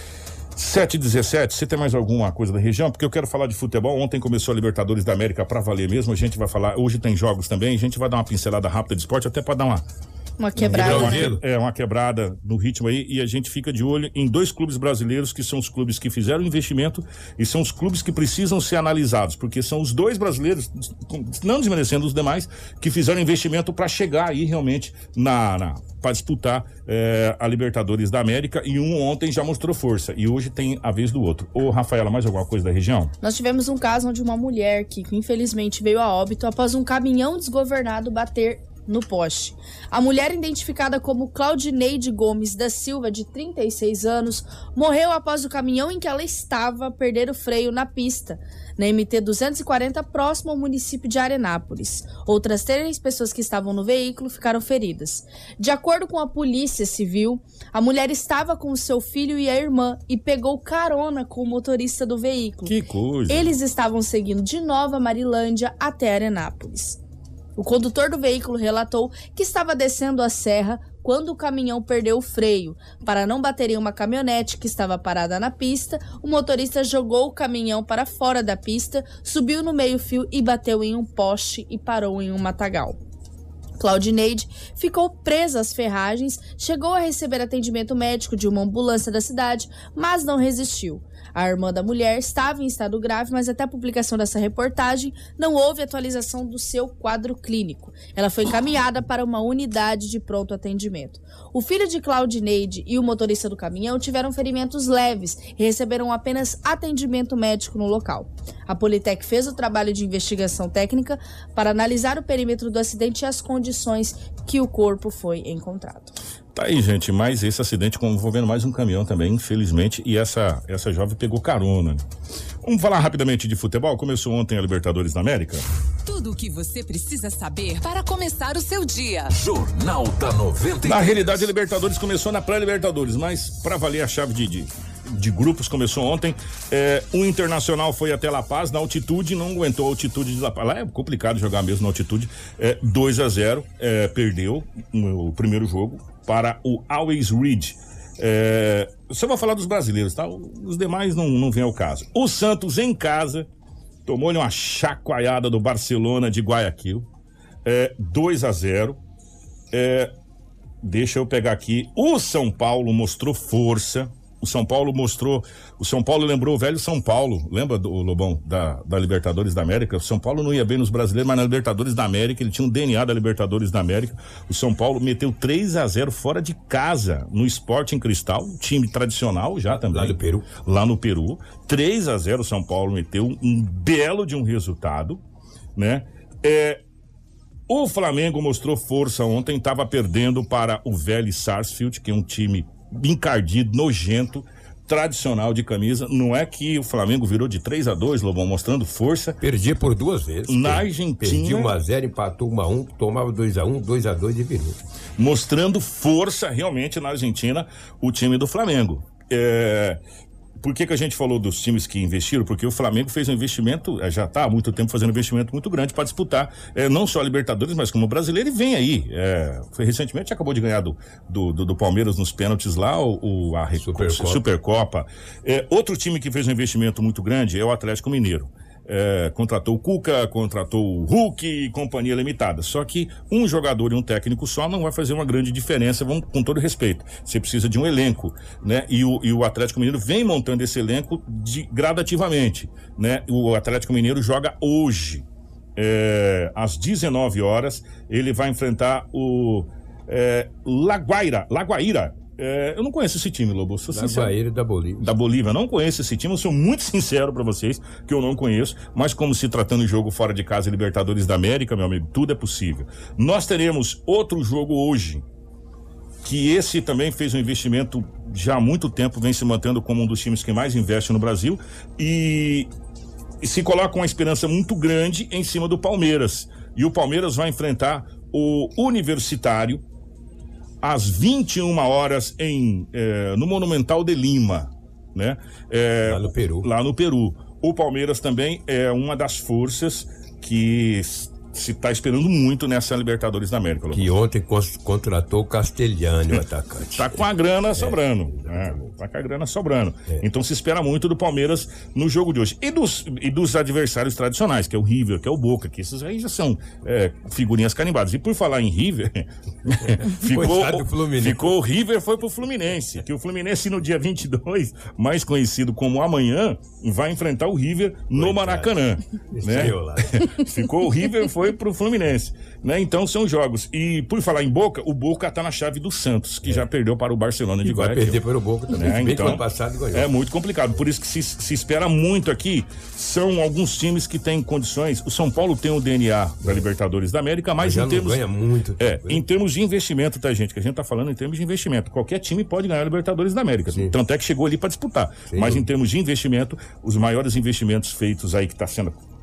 7h17, você tem mais alguma coisa da região? Porque eu quero falar de futebol. Ontem começou a Libertadores da América pra valer mesmo. A gente vai falar, hoje tem jogos também. A gente vai dar uma pincelada rápida de esporte, até pra dar uma quebrada. Uma quebrada no ritmo aí, e a gente fica de olho em 2 clubes brasileiros que são os clubes que fizeram investimento e são os clubes que precisam ser analisados, porque são os 2 brasileiros, não desmerecendo os demais, que fizeram investimento para chegar aí realmente para disputar a Libertadores da América, e um ontem já mostrou força e hoje tem a vez do outro. Ô, Rafaela, mais alguma coisa da região? Nós tivemos um caso onde uma mulher que infelizmente veio a óbito após um caminhão desgovernado bater no poste. A mulher, identificada como Claudineide Gomes da Silva, de 36 anos, morreu após o caminhão em que ela estava perder o freio na pista, na MT-240, próximo ao município de Arenápolis. Outras 3 pessoas que estavam no veículo ficaram feridas. De acordo com a Polícia Civil, a mulher estava com o seu filho e a irmã e pegou carona com o motorista do veículo. Que coisa! Eles estavam seguindo de Nova Marilândia até Arenápolis. O condutor do veículo relatou que estava descendo a serra quando o caminhão perdeu o freio. Para não bater em uma caminhonete que estava parada na pista, o motorista jogou o caminhão para fora da pista, subiu no meio-fio e bateu em um poste e parou em um matagal. Claudineide ficou presa às ferragens, chegou a receber atendimento médico de uma ambulância da cidade, mas não resistiu. A irmã da mulher estava em estado grave, mas até a publicação dessa reportagem não houve atualização do seu quadro clínico. Ela foi encaminhada para uma unidade de pronto atendimento. O filho de Claudineide e o motorista do caminhão tiveram ferimentos leves e receberam apenas atendimento médico no local. A Politec fez o trabalho de investigação técnica para analisar o perímetro do acidente e as condições que o corpo foi encontrado. Tá aí, gente, mas esse acidente envolvendo mais um caminhão também, infelizmente, e essa jovem pegou carona. Vamos falar rapidamente de futebol. Começou ontem a Libertadores da América. Tudo o que você precisa saber para começar o seu dia. Jornal da 93. Na realidade, a Libertadores começou na pré-Libertadores, mas para valer a chave de grupos começou ontem. O Internacional foi até La Paz, na altitude, não aguentou a altitude de La Paz. Lá é complicado jogar mesmo na altitude. 2-0, perdeu o primeiro jogo para o Always Reed. Só vou falar dos brasileiros, tá? Os demais não vem ao caso. O Santos em casa tomou-lhe uma chacoalhada do Barcelona de Guayaquil. 2-0. Deixa eu pegar aqui. O São Paulo mostrou força. O São Paulo lembrou o velho São Paulo, lembra do Lobão, da Libertadores da América? O São Paulo não ia bem nos brasileiros, mas na Libertadores da América, ele tinha um DNA da Libertadores da América. O São Paulo meteu 3-0 fora de casa no Sporting Cristal, time tradicional já também. Lá no Peru. 3-0 o São Paulo meteu, um belo de um resultado, né? O Flamengo mostrou força ontem, estava perdendo para o Vélez Sarsfield, que é um time encardido, nojento, tradicional de camisa. Não é que o Flamengo virou de 3-2, Lobão, mostrando força. Perdia por 2 vezes. Na Argentina. Perdia 1-0, empatou 1-1, tomava 2-1, 2-2 e virou. Mostrando força realmente na Argentina, o time do Flamengo. Por que a gente falou dos times que investiram? Porque o Flamengo fez um investimento, já está há muito tempo fazendo um investimento muito grande para disputar não só a Libertadores, mas como o brasileiro, e vem aí. Recentemente acabou de ganhar do Palmeiras nos pênaltis lá, a Supercopa. Outro time que fez um investimento muito grande é o Atlético Mineiro. Contratou o Cuca, contratou o Hulk e companhia limitada. Só que um jogador e um técnico só não vai fazer uma grande diferença, com todo respeito. Você precisa de um elenco, né? E o Atlético Mineiro vem montando esse elenco gradativamente, né? O Atlético Mineiro joga hoje, às 19 horas, ele vai enfrentar o Laguaira. Eu não conheço esse time, Lobo. Laguaira da Bolívia. Da Bolívia, não conheço esse time. Eu sou muito sincero pra vocês, que eu não conheço. Mas como se tratando de jogo fora de casa, Libertadores da América, meu amigo, tudo é possível. Nós teremos outro jogo hoje, que esse também fez um investimento já há muito tempo, vem se mantendo como um dos times que mais investe no Brasil e se coloca uma esperança muito grande em cima do Palmeiras. E o Palmeiras vai enfrentar o Universitário às 21 horas no Monumental de Lima, né? Lá no Peru. O Palmeiras também é uma das forças que se está esperando muito nessa Libertadores da América. Que ontem contratou o Castelhani, o atacante. Tá com a grana sobrando. Tá com a grana sobrando. Então se espera muito do Palmeiras no jogo de hoje. E dos adversários tradicionais, que é o River, que é o Boca, que esses aí já são figurinhas carimbadas. E por falar em River, ficou o River, foi pro Fluminense. Que o Fluminense no dia 22, mais conhecido como amanhã, vai enfrentar o River no Maracanã. Né? Ficou o River, foi pro Fluminense, né? Então são jogos. E por falar em Boca, o Boca tá na chave do Santos, que já perdeu para o Barcelona de Guayaquil. Vai perder para o Boca também. Então, ano passado ganhou. É muito complicado. Por isso que se espera muito aqui. São alguns times que têm condições. O São Paulo tem o DNA da Libertadores da América, mas já em termos ganha muito. Em termos de investimento, tá, gente? Que a gente tá falando em termos de investimento. Qualquer time pode ganhar a Libertadores da América. Sim. Tanto é que chegou ali para disputar. Sim. Mas em termos de investimento, os maiores investimentos feitos aí que tá sendo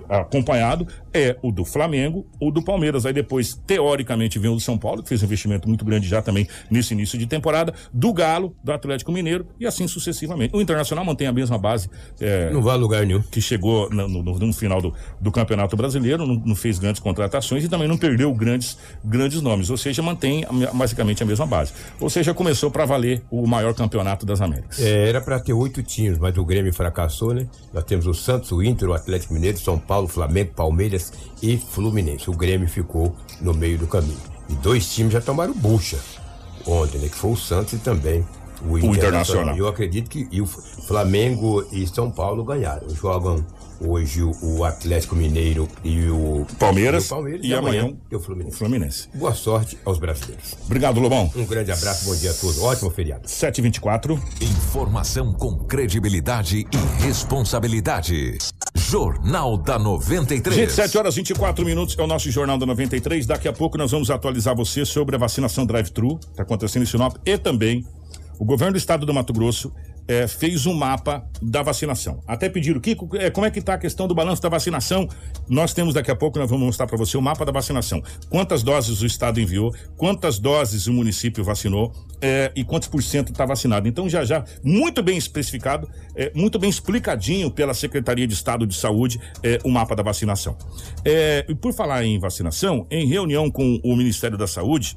acompanhado é o do Flamengo, o do Palmeiras. Aí depois, teoricamente, vem o do São Paulo, que fez um investimento muito grande já também nesse início de temporada, do Galo, do Atlético Mineiro e assim sucessivamente. O Internacional mantém a mesma base. Não vai a lugar nenhum. Que chegou no final do Campeonato Brasileiro, não fez grandes contratações e também não perdeu grandes nomes. Ou seja, mantém basicamente a mesma base. Ou seja, começou para valer o maior campeonato das Américas. Era para ter 8 times, mas o Grêmio fracassou, né? Nós temos o Santos, o Inter, o Atlético Mineiro, São Paulo, Flamengo, Palmeiras e Fluminense. O Grêmio ficou no meio do caminho. E 2 times já tomaram bucha ontem, né? Que foi o Santos e também o Internacional. Eu acredito que o Flamengo e São Paulo ganharam. Jogam hoje o Atlético Mineiro e o Palmeiras e amanhã o Fluminense. Boa sorte aos brasileiros. Obrigado, Lobão. Um grande abraço, bom dia a todos. Ótimo feriado. 7h24. Informação com credibilidade e responsabilidade. Jornal da 93. Gente, 7h24 é o nosso Jornal da 93. Daqui a pouco nós vamos atualizar você sobre a vacinação drive-thru. Está acontecendo em Sinop. E também o governo do estado do Mato Grosso fez um mapa da vacinação. Até pediram, Kiko, como é que está a questão do balanço da vacinação? Nós temos daqui a pouco, nós vamos mostrar para você o mapa da vacinação. Quantas doses o estado enviou, quantas doses o município vacinou e quantos por cento está vacinado. Então já, muito bem especificado, muito bem explicadinho pela Secretaria de Estado de Saúde, o mapa da vacinação. E por falar em vacinação, em reunião com o Ministério da Saúde,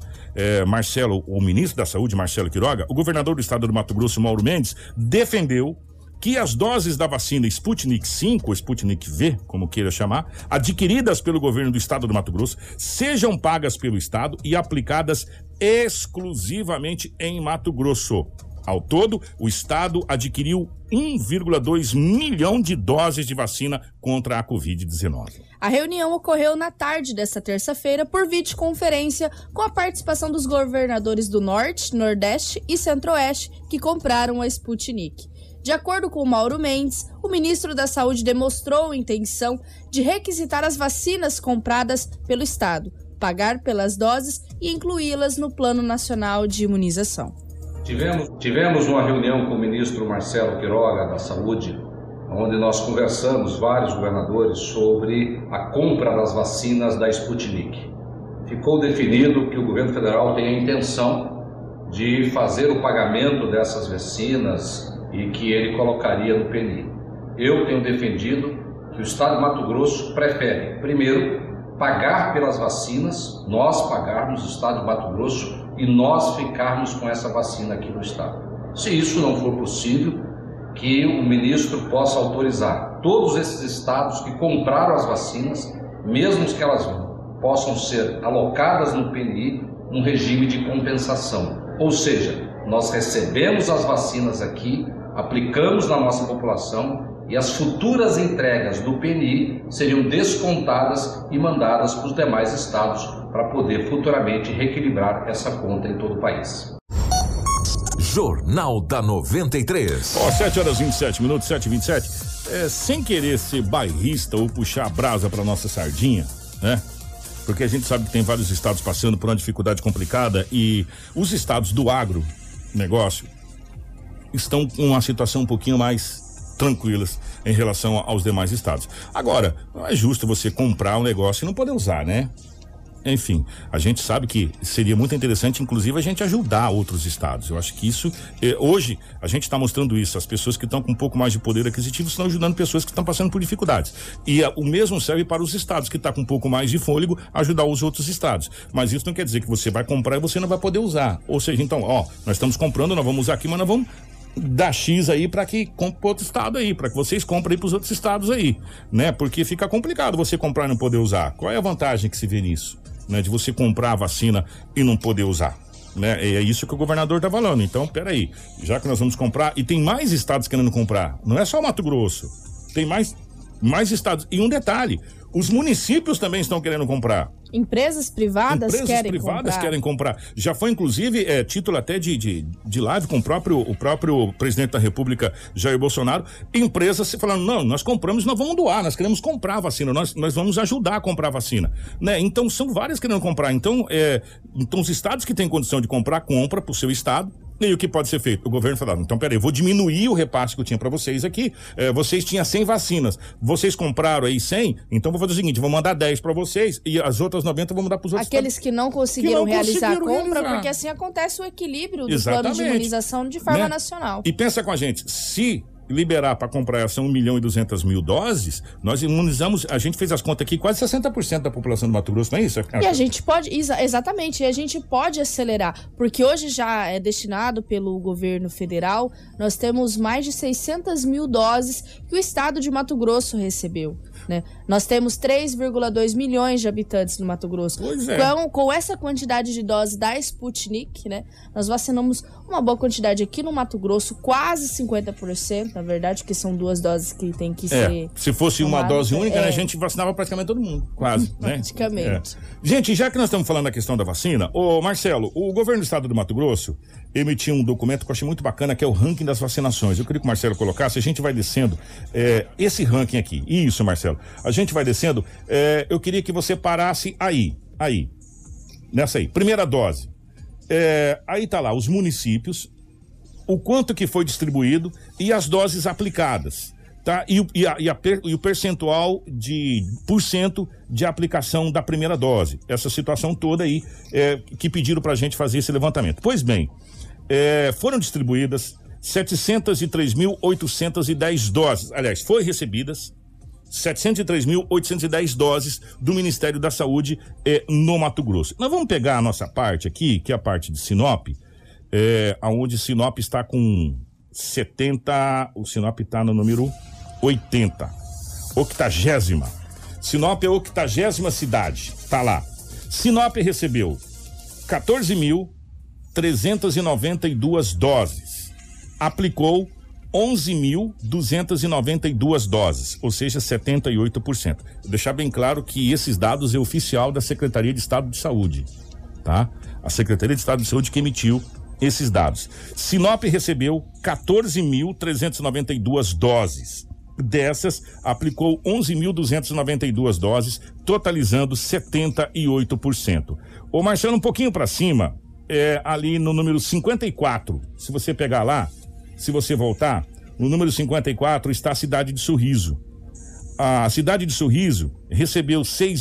o ministro da Saúde, Marcelo Quiroga, o governador do estado do Mato Grosso, Mauro Mendes, defendeu que as doses da vacina Sputnik 5, ou Sputnik V, como queira chamar, adquiridas pelo governo do estado do Mato Grosso, sejam pagas pelo estado e aplicadas exclusivamente em Mato Grosso. Ao todo, o estado adquiriu 1,2 milhão de doses de vacina contra a Covid-19. A reunião ocorreu na tarde desta terça-feira por videoconferência com a participação dos governadores do Norte, Nordeste e Centro-Oeste que compraram a Sputnik. De acordo com Mauro Mendes, o ministro da Saúde demonstrou a intenção de requisitar as vacinas compradas pelo estado, pagar pelas doses e incluí-las no Plano Nacional de Imunização. Tivemos uma reunião com o ministro Marcelo Quiroga da Saúde, onde nós conversamos, vários governadores, sobre a compra das vacinas da Sputnik. Ficou definido que o governo federal tem a intenção de fazer o pagamento dessas vacinas e que ele colocaria no PNI. Eu tenho defendido que o estado de Mato Grosso prefere, primeiro, pagar pelas vacinas, nós pagarmos o estado de Mato Grosso e nós ficarmos com essa vacina aqui no estado. Se isso não for possível, que o ministro possa autorizar todos esses estados que compraram as vacinas, mesmo que elas possam ser alocadas no PNI, um regime de compensação. Ou seja, nós recebemos as vacinas aqui, aplicamos na nossa população e as futuras entregas do PNI seriam descontadas e mandadas para os demais estados para poder futuramente reequilibrar essa conta em todo o país. Jornal da 93. 7h27, 7h27. Sem querer ser bairrista ou puxar a brasa para nossa sardinha, né? Porque a gente sabe que tem vários estados passando por uma dificuldade complicada e os estados do agronegócio estão com uma situação um pouquinho mais tranquilas em relação aos demais estados. Agora, não é justo você comprar um negócio e não poder usar, né? Enfim, a gente sabe que seria muito interessante, inclusive, a gente ajudar outros estados. Eu acho que isso, hoje, a gente está mostrando isso. As pessoas que estão com um pouco mais de poder aquisitivo estão ajudando pessoas que estão passando por dificuldades. E o mesmo serve para os estados que estão com um pouco mais de fôlego, ajudar os outros estados. Mas isso não quer dizer que você vai comprar e você não vai poder usar. Ou seja, então, nós estamos comprando, nós vamos usar aqui, mas nós vamos dar X aí para que compre para outro estado aí, para que vocês comprem aí para os outros estados aí, né? Porque fica complicado você comprar e não poder usar. Qual é a vantagem que se vê nisso? Né, de você comprar a vacina e não poder usar, né? É isso que o governador tá falando. Então, peraí, já que nós vamos comprar, e tem mais estados querendo comprar, não é só o Mato Grosso, tem mais estados. E um detalhe, os municípios também estão querendo comprar. Empresas privadas querem comprar. Já foi, inclusive, título até de live com o próprio presidente da República, Jair Bolsonaro, empresas falando, não, nós compramos, nós vamos doar, nós queremos comprar a vacina, nós vamos ajudar a comprar a vacina, né? Então, são várias querendo comprar. Então, os estados que têm condição de comprar, compra pro seu estado, E o que pode ser feito? O governo falou, então peraí, eu vou diminuir o repasse que eu tinha para vocês aqui, vocês tinham 100 vacinas, vocês compraram aí 100, então vou fazer o seguinte, vou mandar 10 para vocês e as outras 90 eu vou mandar para os outros. Aqueles que não conseguiram realizar a compra, porque assim acontece o equilíbrio do plano de imunização de forma nacional. E pensa com a gente, se liberar para comprar essa 1.200.000 doses, nós imunizamos, a gente fez as contas aqui, quase 60% da população do Mato Grosso, não é isso? E a gente pode, exatamente, e a gente pode acelerar, porque hoje já é destinado pelo governo federal, nós temos mais de 600.000 doses que o estado de Mato Grosso recebeu. Né? Nós temos 3,2 milhões de habitantes no Mato Grosso. Pois é. Com essa quantidade de doses da Sputnik, né, nós vacinamos uma boa quantidade aqui no Mato Grosso, quase 50%, na verdade, que são 2 doses que tem que ser. Se fosse uma dose única, né, a gente vacinava praticamente todo mundo, quase. Né? Praticamente. Gente, já que nós estamos falando da questão da vacina, Marcelo, o governo do estado do Mato Grosso emitiu um documento que eu achei muito bacana, que é o ranking das vacinações. Eu queria que o Marcelo colocasse, a gente vai descendo esse ranking aqui. Isso, Marcelo. A gente vai descendo, eu queria que você parasse aí, nessa aí, primeira dose. Aí tá lá, os municípios, o quanto que foi distribuído e as doses aplicadas, tá? E o percentual de % de aplicação da primeira dose. Essa situação toda aí que pediram pra gente fazer esse levantamento. Pois bem, foram distribuídas 703.810 doses. Aliás, foi recebidas 703.810 doses do Ministério da Saúde no Mato Grosso. Nós vamos pegar a nossa parte aqui, que é a parte de Sinop, onde Sinop está com 70, o Sinop está no número 80, 80ª. Sinop é a 80ª cidade, tá lá. Sinop recebeu 14.392 doses, aplicou 11.292 doses, ou seja, 78%. Vou deixar bem claro que esses dados é oficial da Secretaria de Estado de Saúde, tá? A Secretaria de Estado de Saúde que emitiu esses dados. Sinop recebeu 14.392 doses. Dessas, aplicou 11.292 doses, totalizando 78%. Ô Marcelo, um pouquinho para cima, ali no número 54, se você pegar lá, se você voltar, no número 54 está a cidade de Sorriso. A cidade de Sorriso recebeu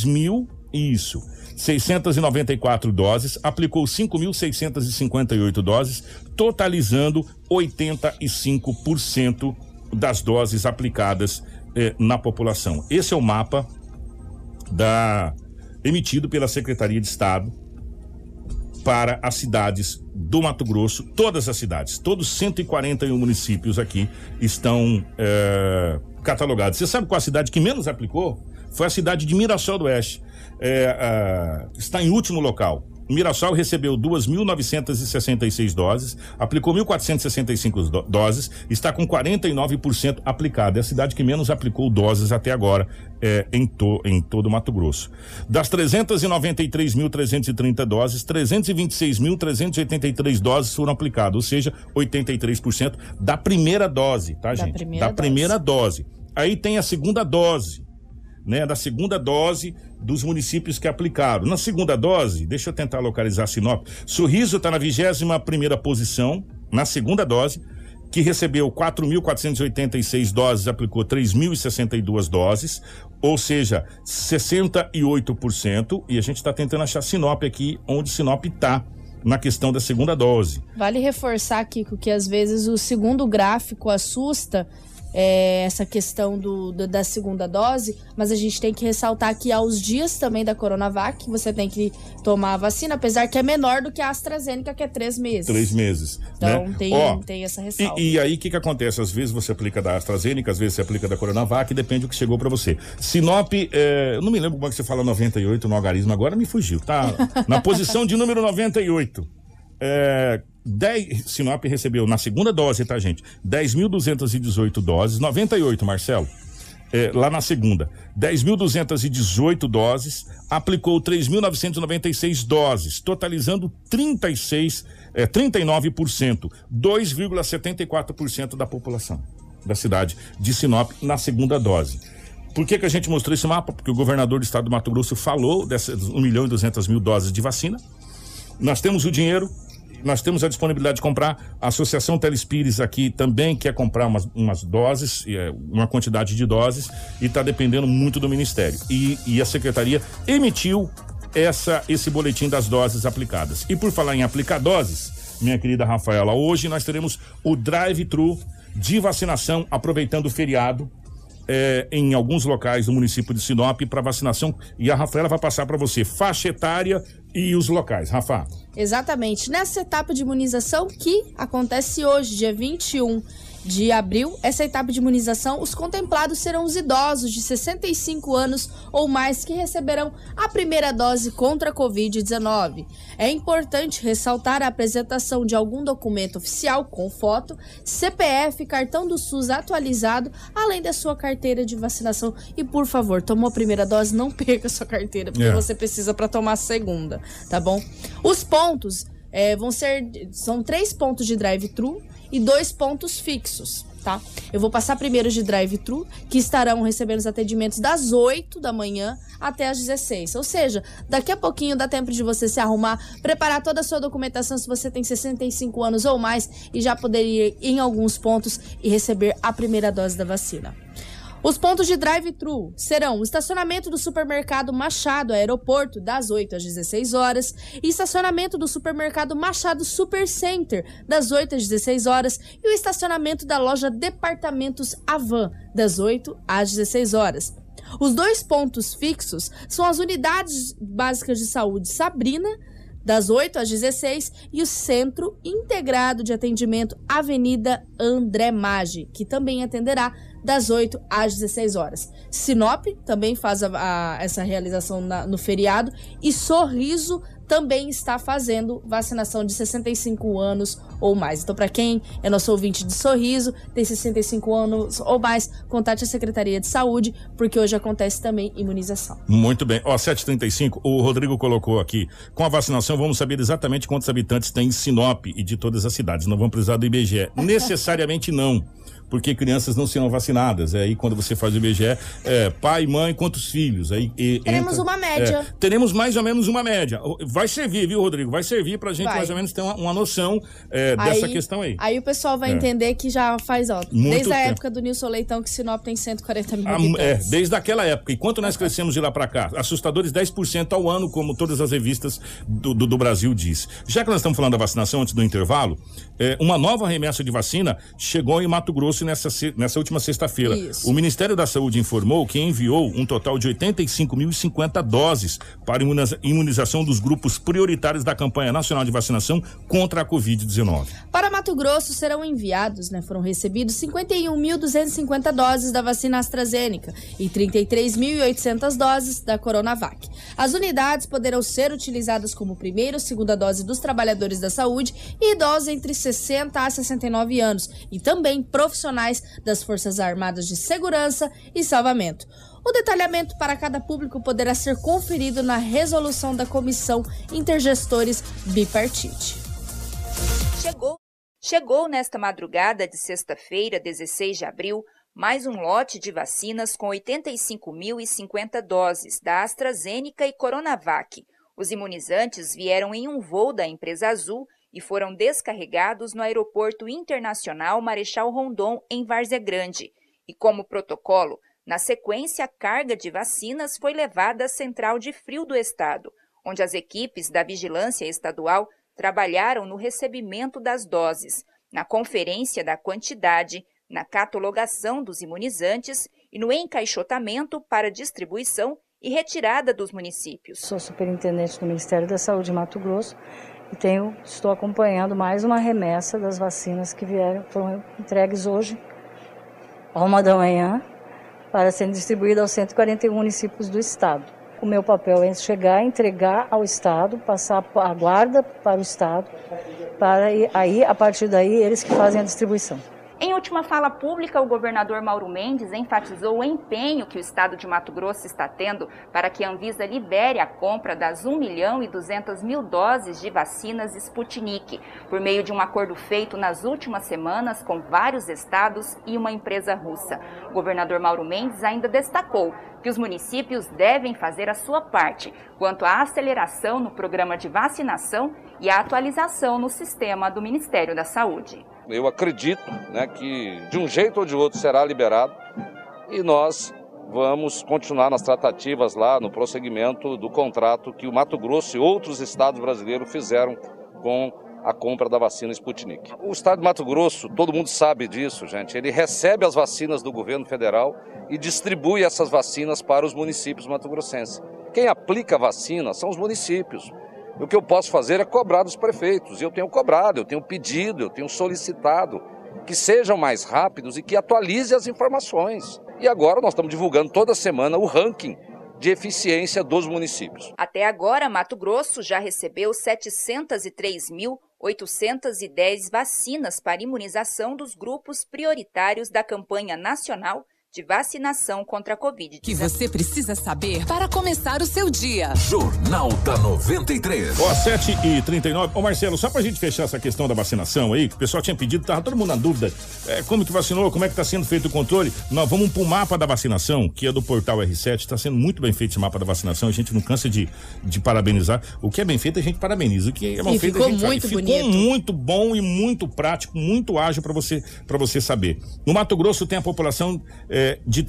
6.694 doses, aplicou 5.658 doses, totalizando 85% das doses aplicadas na população. Esse é o mapa emitido pela Secretaria de Estado para as cidades do Mato Grosso, todas as cidades, todos 141 municípios aqui estão catalogados. Você sabe qual a cidade que menos aplicou? Foi a cidade de Mirassol do Oeste. Está em último local. Mirassol recebeu 2.966 doses, aplicou 1.465 doses, está com 49% aplicado. É a cidade que menos aplicou doses até agora em todo o Mato Grosso. Das 393.330 doses, 326.383 doses foram aplicadas, ou seja, 83% da primeira dose, tá, gente? Da primeira dose. Aí tem a segunda dose, né? Da segunda dose dos municípios que aplicaram. Na segunda dose, deixa eu tentar localizar Sinop. Sorriso está na 21ª posição, na segunda dose, que recebeu 4.486 doses, aplicou 3.062 doses, ou seja, 68%, e a gente está tentando achar Sinop aqui, onde Sinop está na questão da segunda dose. Vale reforçar, Kiko, que às vezes o segundo gráfico assusta essa questão da segunda dose, mas a gente tem que ressaltar que aos dias também da Coronavac você tem que tomar a vacina, apesar que é menor do que a AstraZeneca, que é 3 meses. 3 meses. Então, né? tem essa ressalva. E aí o que acontece? Às vezes você aplica da AstraZeneca, às vezes você aplica da Coronavac, depende do que chegou para você. Sinop, eu não me lembro como é que você fala 98 no algarismo, agora me fugiu, tá? Na posição de número 98. Sinop recebeu na segunda dose, tá, gente? 10.218 doses, 98, Marcelo. Lá na segunda, 10.218 doses, aplicou 3.996 doses, totalizando 39%, 2,74% da população da cidade de Sinop na segunda dose. Por que a gente mostrou esse mapa? Porque o governador do estado do Mato Grosso falou dessas 1.200.000 doses de vacina. Nós temos o dinheiro nós temos a disponibilidade de comprar. A Associação Telespires aqui também quer comprar umas doses, uma quantidade de doses, e está dependendo muito do Ministério. E a Secretaria emitiu esse boletim das doses aplicadas. E por falar em aplicar doses, minha querida Rafaela, hoje nós teremos o drive-thru de vacinação, aproveitando o feriado, em alguns locais do município de Sinop para vacinação, e a Rafaela vai passar para você faixa etária e os locais. Rafa. Exatamente. Nessa etapa de imunização que acontece hoje, dia 21 de abril, essa etapa de imunização, os contemplados serão os idosos de 65 anos ou mais que receberão a primeira dose contra a Covid-19. É importante ressaltar a apresentação de algum documento oficial com foto, CPF, cartão do SUS atualizado, além da sua carteira de vacinação. E, por favor, tomou a primeira dose, não perca a sua carteira, porque você precisa para tomar a segunda, tá bom? Os pontos são 3 pontos de drive-thru e 2 pontos fixos, tá? Eu vou passar primeiro de drive-thru, que estarão recebendo os atendimentos das 8 da manhã até as 16. Ou seja, daqui a pouquinho dá tempo de você se arrumar, preparar toda a sua documentação se você tem 65 anos ou mais e já poderia ir em alguns pontos e receber a primeira dose da vacina. Os pontos de drive-thru serão o estacionamento do supermercado Machado Aeroporto, das 8 às 16 horas, e estacionamento do supermercado Machado Supercenter, das 8 às 16 horas, e o estacionamento da loja Departamentos Avan, das 8 às 16 horas. Os 2 pontos fixos são as unidades básicas de saúde Sabrina, das 8 às 16, e o Centro Integrado de Atendimento Avenida André Maggi, que também atenderá das 8 às 16 horas. Sinop também faz essa realização no feriado, e Sorriso também está fazendo vacinação de 65 anos ou mais. Então, para quem é nosso ouvinte de Sorriso, tem 65 anos ou mais, contate a Secretaria de Saúde, porque hoje acontece também imunização. Muito bem. 7h35, o Rodrigo colocou aqui, com a vacinação vamos saber exatamente quantos habitantes tem em Sinop e de todas as cidades. Não vamos precisar do IBGE. Necessariamente não, porque crianças não serão vacinadas. Aí quando você faz o IBGE, pai, mãe, quantos filhos? Aí teremos uma média. Teremos mais ou menos uma média. Vai servir, viu, Rodrigo? Vai servir pra gente mais ou menos ter uma noção dessa questão aí. Aí o pessoal vai entender que já faz, desde a época do Nilson Leitão, que Sinop tem 140 mil habitantes. Desde aquela época. E quanto nós crescemos de lá pra cá? Assustadores 10% ao ano, como todas as revistas do Brasil diz. Já que nós estamos falando da vacinação antes do intervalo, uma nova remessa de vacina chegou em Mato Grosso nessa última sexta-feira. O Ministério da Saúde informou que enviou um total de 85.050 doses para imunização dos grupos prioritários da campanha nacional de vacinação contra a Covid-19. Para Mato Grosso serão enviados, foram recebidos 51.250 doses da vacina AstraZeneca e 33.800 doses da Coronavac. As unidades poderão ser utilizadas como primeira ou segunda dose dos trabalhadores da saúde e idosos entre 60 a 69 anos e também profissionais das Forças Armadas de Segurança e Salvamento. O detalhamento para cada público poderá ser conferido na resolução da Comissão Intergestores Bipartite. Chegou nesta madrugada de sexta-feira, 16 de abril, mais um lote de vacinas com 85.050 doses da AstraZeneca e Coronavac. Os imunizantes vieram em um voo da empresa Azul e foram descarregados no Aeroporto Internacional Marechal Rondon, em Várzea Grande. E como protocolo, na sequência, a carga de vacinas foi levada à Central de Frio do Estado, onde as equipes da Vigilância Estadual trabalharam no recebimento das doses, na conferência da quantidade, na catalogação dos imunizantes e no encaixotamento para distribuição e retirada dos municípios. Sou superintendente do Ministério da Saúde de Mato Grosso e estou acompanhando mais uma remessa das vacinas que foram entregues hoje, à 1 da manhã, para serem distribuídas aos 141 municípios do estado. O meu papel é chegar, entregar ao estado, passar a guarda para o estado, para aí, a partir daí, eles que fazem a distribuição. Em última fala pública, o governador Mauro Mendes enfatizou o empenho que o estado de Mato Grosso está tendo para que a Anvisa libere a compra das 1.200.000 doses de vacinas Sputnik, por meio de um acordo feito nas últimas semanas com vários estados e uma empresa russa. O governador Mauro Mendes ainda destacou que os municípios devem fazer a sua parte quanto à aceleração no programa de vacinação e à atualização no sistema do Ministério da Saúde. Eu acredito, que de um jeito ou de outro será liberado e nós vamos continuar nas tratativas lá no prosseguimento do contrato que o Mato Grosso e outros estados brasileiros fizeram com a compra da vacina Sputnik. O estado de Mato Grosso, todo mundo sabe disso, gente, ele recebe as vacinas do governo federal e distribui essas vacinas para os municípios mato-grossenses. Quem aplica a vacina são os municípios. O que eu posso fazer é cobrar dos prefeitos. Eu tenho cobrado, eu tenho pedido, eu tenho solicitado que sejam mais rápidos e que atualizem as informações. E agora nós estamos divulgando toda semana o ranking de eficiência dos municípios. Até agora, Mato Grosso já recebeu 703.810 vacinas para imunização dos grupos prioritários da campanha nacional de vacinação contra a Covid-19. Que você precisa saber para começar o seu dia. Jornal da 93. 7h39. Ô Marcelo, só pra gente fechar essa questão da vacinação aí, que o pessoal tinha pedido, tava todo mundo na dúvida, como que vacinou, como é que tá sendo feito o controle. Nós vamos pro mapa da vacinação, que é do portal R7, tá sendo muito bem feito esse mapa da vacinação, a gente não cansa de parabenizar. O que é bem feito a gente parabeniza, o que é mal feito a gente muito ficou bonito. Muito bom e muito prático, muito ágil pra você saber. No Mato Grosso tem a população de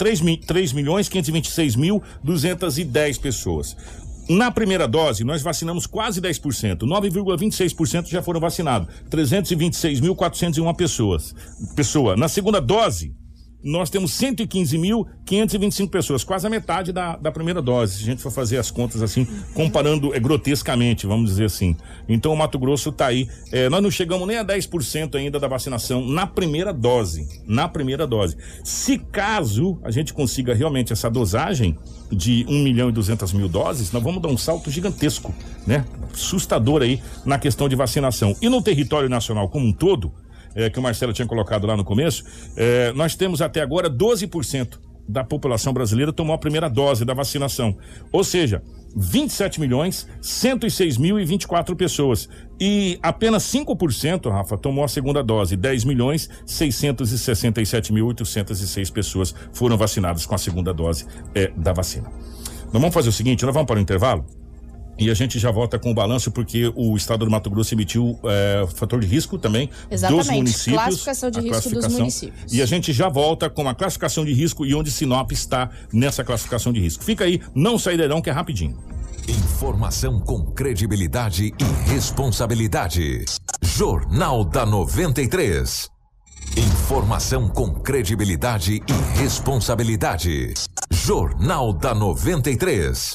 3.526.210 pessoas. Na primeira dose, nós vacinamos quase 10%, 9,26% já foram vacinados, 326.401 pessoas. Na segunda dose, nós temos 115.525 pessoas, quase a metade da primeira dose, se a gente for fazer as contas assim, comparando grotescamente, vamos dizer assim. Então o Mato Grosso tá aí, nós não chegamos nem a 10% ainda da vacinação na primeira dose. Se caso a gente consiga realmente essa dosagem de 1.200.000 doses, nós vamos dar um salto gigantesco, assustador aí na questão de vacinação. E no território nacional como um todo, que o Marcelo tinha colocado lá no começo, nós temos até agora 12% da população brasileira tomou a primeira dose da vacinação. Ou seja, 27.106.024 pessoas. E apenas 5%, Rafa, tomou a segunda dose. 10.667.806 pessoas foram vacinadas com a segunda dose da vacina. Nós vamos fazer o seguinte, nós vamos para o intervalo. E a gente já volta com o balanço, porque o estado do Mato Grosso emitiu fator de risco também. Exatamente, dos municípios. Classificação de risco dos municípios. E a gente já volta com a classificação de risco e onde Sinop está nessa classificação de risco. Fica aí, não sairão, que é rapidinho. Informação com credibilidade e responsabilidade. Jornal da 93. Informação com credibilidade e responsabilidade. Jornal da 93.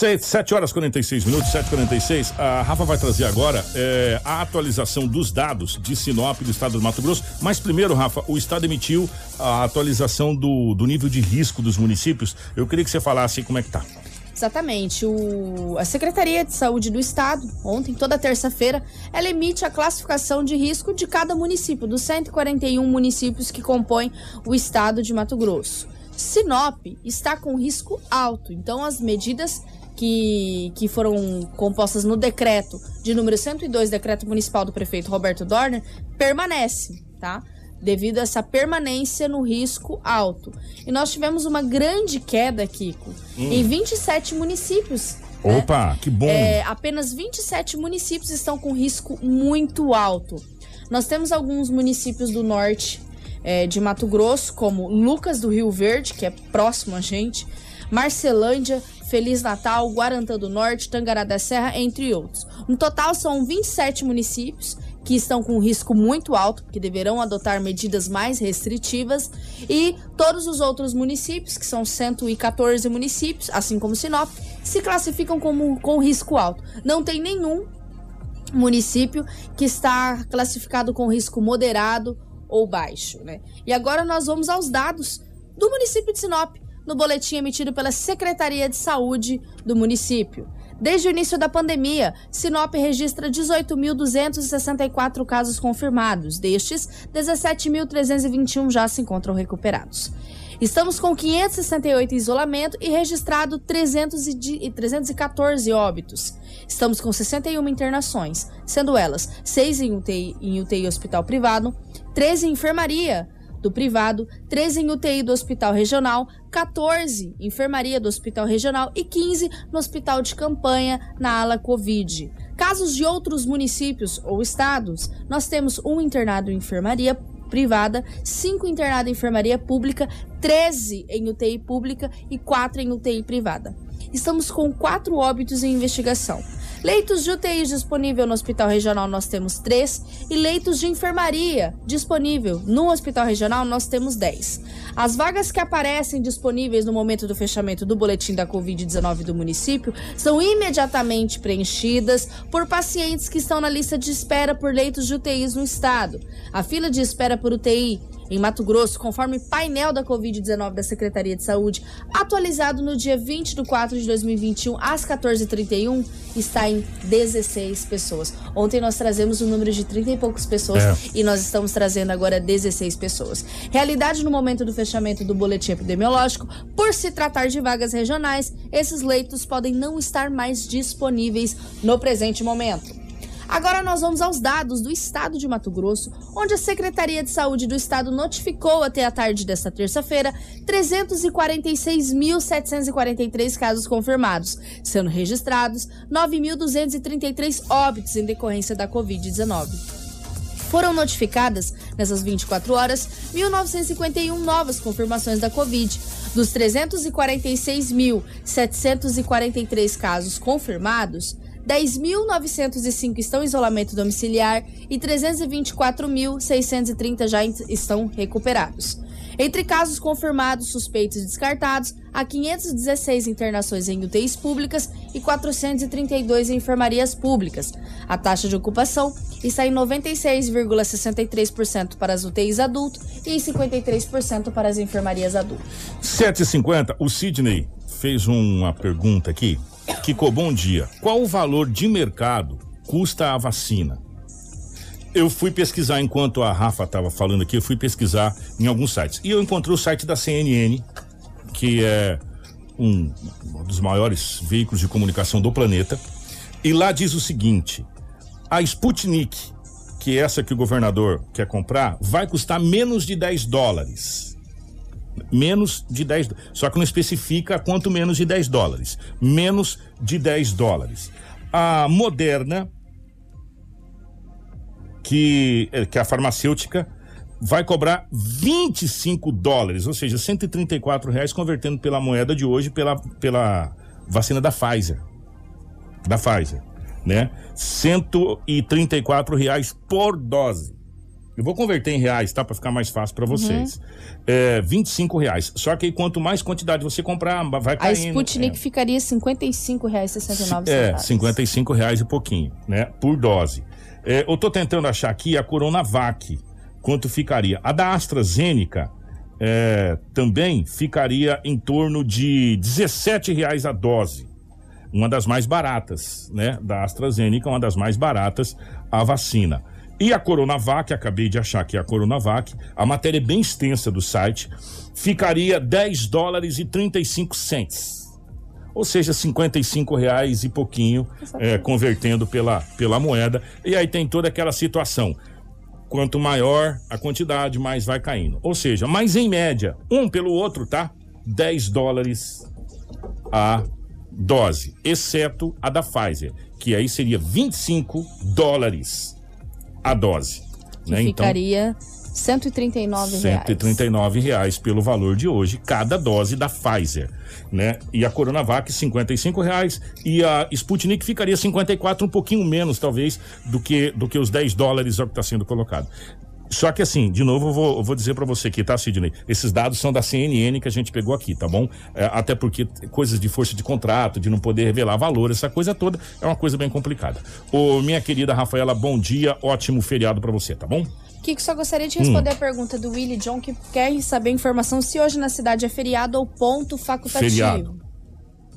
7h46, 7h46. A Rafa vai trazer agora a atualização dos dados de Sinop do estado do Mato Grosso. Mas primeiro, Rafa, o estado emitiu a atualização do nível de risco dos municípios. Eu queria que você falasse como é que tá. Exatamente. A Secretaria de Saúde do Estado, ontem, toda terça-feira, ela emite a classificação de risco de cada município, dos 141 municípios que compõem o estado de Mato Grosso. Sinop está com risco alto, então as medidas que foram compostas no decreto de número 102, decreto municipal do prefeito Roberto Dorner, permanecem, tá? Devido a essa permanência no risco alto. E nós tivemos uma grande queda, Kiko, em 27 municípios. Opa, né? Que bom! Apenas 27 municípios estão com risco muito alto. Nós temos alguns municípios do norte de Mato Grosso, como Lucas do Rio Verde, que é próximo a gente, Marcelândia, Feliz Natal, Guarantã do Norte, Tangará da Serra, entre outros. No total, são 27 municípios que estão com risco muito alto, que deverão adotar medidas mais restritivas, e todos os outros municípios, que são 114 municípios, assim como Sinop, se classificam com risco alto. Não tem nenhum município que está classificado com risco moderado ou baixo, né? E agora nós vamos aos dados do município de Sinop, no boletim emitido pela Secretaria de Saúde do município. Desde o início da pandemia, Sinop registra 18.264 casos confirmados. Destes, 17.321 já se encontram recuperados. Estamos com 568 em isolamento e registrado 314 óbitos. Estamos com 61 internações, sendo elas 6 em UTI hospital privado, 13 em enfermaria do privado, 13 em UTI do hospital regional, 14 em enfermaria do hospital regional e 15 no hospital de campanha na ala Covid. Casos de outros municípios ou estados, nós temos um internado em enfermaria privada, 5 internados em enfermaria pública, 13 em UTI pública e 4 em UTI privada. Estamos com 4 óbitos em investigação. Leitos de UTI disponível no hospital regional nós temos 3 e leitos de enfermaria disponível no hospital regional nós temos 10. As vagas que aparecem disponíveis no momento do fechamento do boletim da Covid-19 do município são imediatamente preenchidas por pacientes que estão na lista de espera por leitos de UTIs no estado. A fila de espera por UTI em Mato Grosso, conforme painel da Covid-19 da Secretaria de Saúde, atualizado no dia 20 de 4 de 2021, às 14h31, está em 16 pessoas. Ontem nós trazemos um número de 30 e poucas pessoas e nós estamos trazendo agora 16 pessoas. Realidade no momento do fechamento do boletim epidemiológico, por se tratar de vagas regionais, esses leitos podem não estar mais disponíveis no presente momento. Agora nós vamos aos dados do estado de Mato Grosso, onde a Secretaria de Saúde do estado notificou até a tarde desta terça-feira 346.743 casos confirmados, sendo registrados 9.233 óbitos em decorrência da Covid-19. Foram notificadas, nessas 24 horas, 1.951 novas confirmações da Covid. Dos 346.743 casos confirmados, 10.905 estão em isolamento domiciliar e 324.630 já estão recuperados. Entre casos confirmados, suspeitos e descartados, há 516 internações em UTIs públicas e 432 em enfermarias públicas. A taxa de ocupação está em 96,63% para as UTIs adulto e em 53% para as enfermarias adulto. 7h50, o Sidney fez uma pergunta aqui. Kiko, bom dia. Qual o valor de mercado custa a vacina? Eu fui pesquisar, enquanto a Rafa estava falando aqui, eu fui pesquisar em alguns sites. E eu encontrei o site da CNN, que é um dos maiores veículos de comunicação do planeta. E lá diz o seguinte: a Sputnik, que é essa que o governador quer comprar, vai custar menos de $10. Menos de 10, só que não especifica quanto menos de $10. Menos de $10. A Moderna, que é a farmacêutica, vai cobrar $25, ou seja, R$134, convertendo pela moeda de hoje pela vacina da Pfizer. Né? R$134 por dose. Eu vou converter em reais, tá? Pra ficar mais fácil pra vocês. R$25. Só que aí, quanto mais quantidade você comprar, vai caindo. A Sputnik ficaria R$55,69. R$55 e pouquinho, né? Por dose. Eu tô tentando achar aqui a Coronavac. Quanto ficaria? A da AstraZeneca também ficaria em torno de R$17 a dose. Uma das mais baratas, né? Da AstraZeneca, uma das mais baratas, a vacina. E a Coronavac, acabei de achar que a Coronavac, a matéria é bem extensa do site, ficaria $10,35. Ou seja, R$55 e pouquinho, convertendo pela moeda. E aí tem toda aquela situação. Quanto maior a quantidade, mais vai caindo. Ou seja, mas em média, um pelo outro, tá? $10 a dose, exceto a da Pfizer, que aí seria $25 a dose. Que né? Ficaria R$139. R$139 pelo valor de hoje, cada dose da Pfizer, né? E a Coronavac, R$55, e a Sputnik ficaria 54, um pouquinho menos, talvez, do que os $10 que está sendo colocado. Só que assim, de novo, eu vou dizer pra você aqui, tá, Sidney? Esses dados são da CNN que a gente pegou aqui, tá bom? Até porque coisas de força de contrato, de não poder revelar valor, essa coisa toda é uma coisa bem complicada. Minha querida Rafaela, bom dia, ótimo feriado pra você, tá bom? Kiko, só gostaria de responder a pergunta do Willy John, que quer saber a informação se hoje na cidade é feriado ou ponto facultativo. Feriado.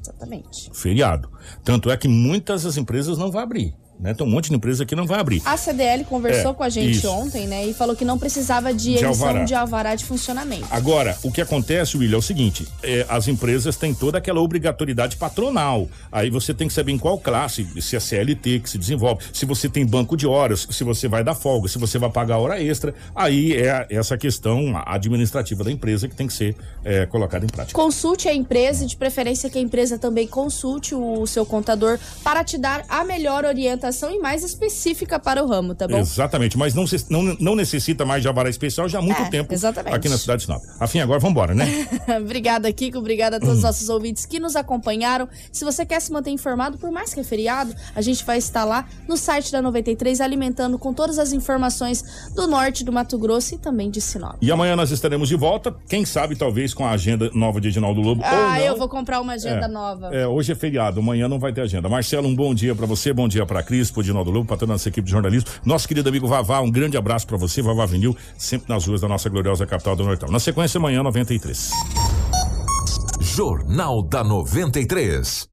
Exatamente. Feriado. Tanto é que muitas das empresas não vão abrir. Né? Tem um monte de empresa que não vai abrir. A CDL conversou com a gente ontem, né? E falou que não precisava de emissão de alvará de funcionamento. Agora, o que acontece, William, é o seguinte: as empresas têm toda aquela obrigatoriedade patronal. Aí você tem que saber em qual classe, se é CLT que se desenvolve, se você tem banco de horas, se você vai dar folga, se você vai pagar hora extra. Aí é essa questão administrativa da empresa que tem que ser colocada em prática. Consulte a empresa e de preferência que a empresa também consulte o seu contador para te dar a melhor orientação e mais específica para o ramo, tá bom? Exatamente, mas não necessita mais de alvará especial já há muito tempo aqui na cidade de Sinop. Afim, agora vamos embora, né? Obrigada, Kiko, obrigada a todos os nossos ouvintes que nos acompanharam. Se você quer se manter informado, por mais que é feriado, a gente vai estar lá no site da 93 alimentando com todas as informações do norte do Mato Grosso e também de Sinop. E amanhã nós estaremos de volta, quem sabe talvez com a agenda nova de Edinaldo Lobo ou não. Eu vou comprar uma agenda nova. Hoje é feriado, amanhã não vai ter agenda. Marcelo, um bom dia pra você, bom dia pra Cris, pro Edinaldo Lobo, pra toda a nossa equipe de jornalismo. Nosso querido amigo Vavá, um grande abraço pra você, Vavá Vinil, sempre nas ruas da nossa gloriosa capital do Nortão. Na sequência, amanhã, 93. Jornal da 93.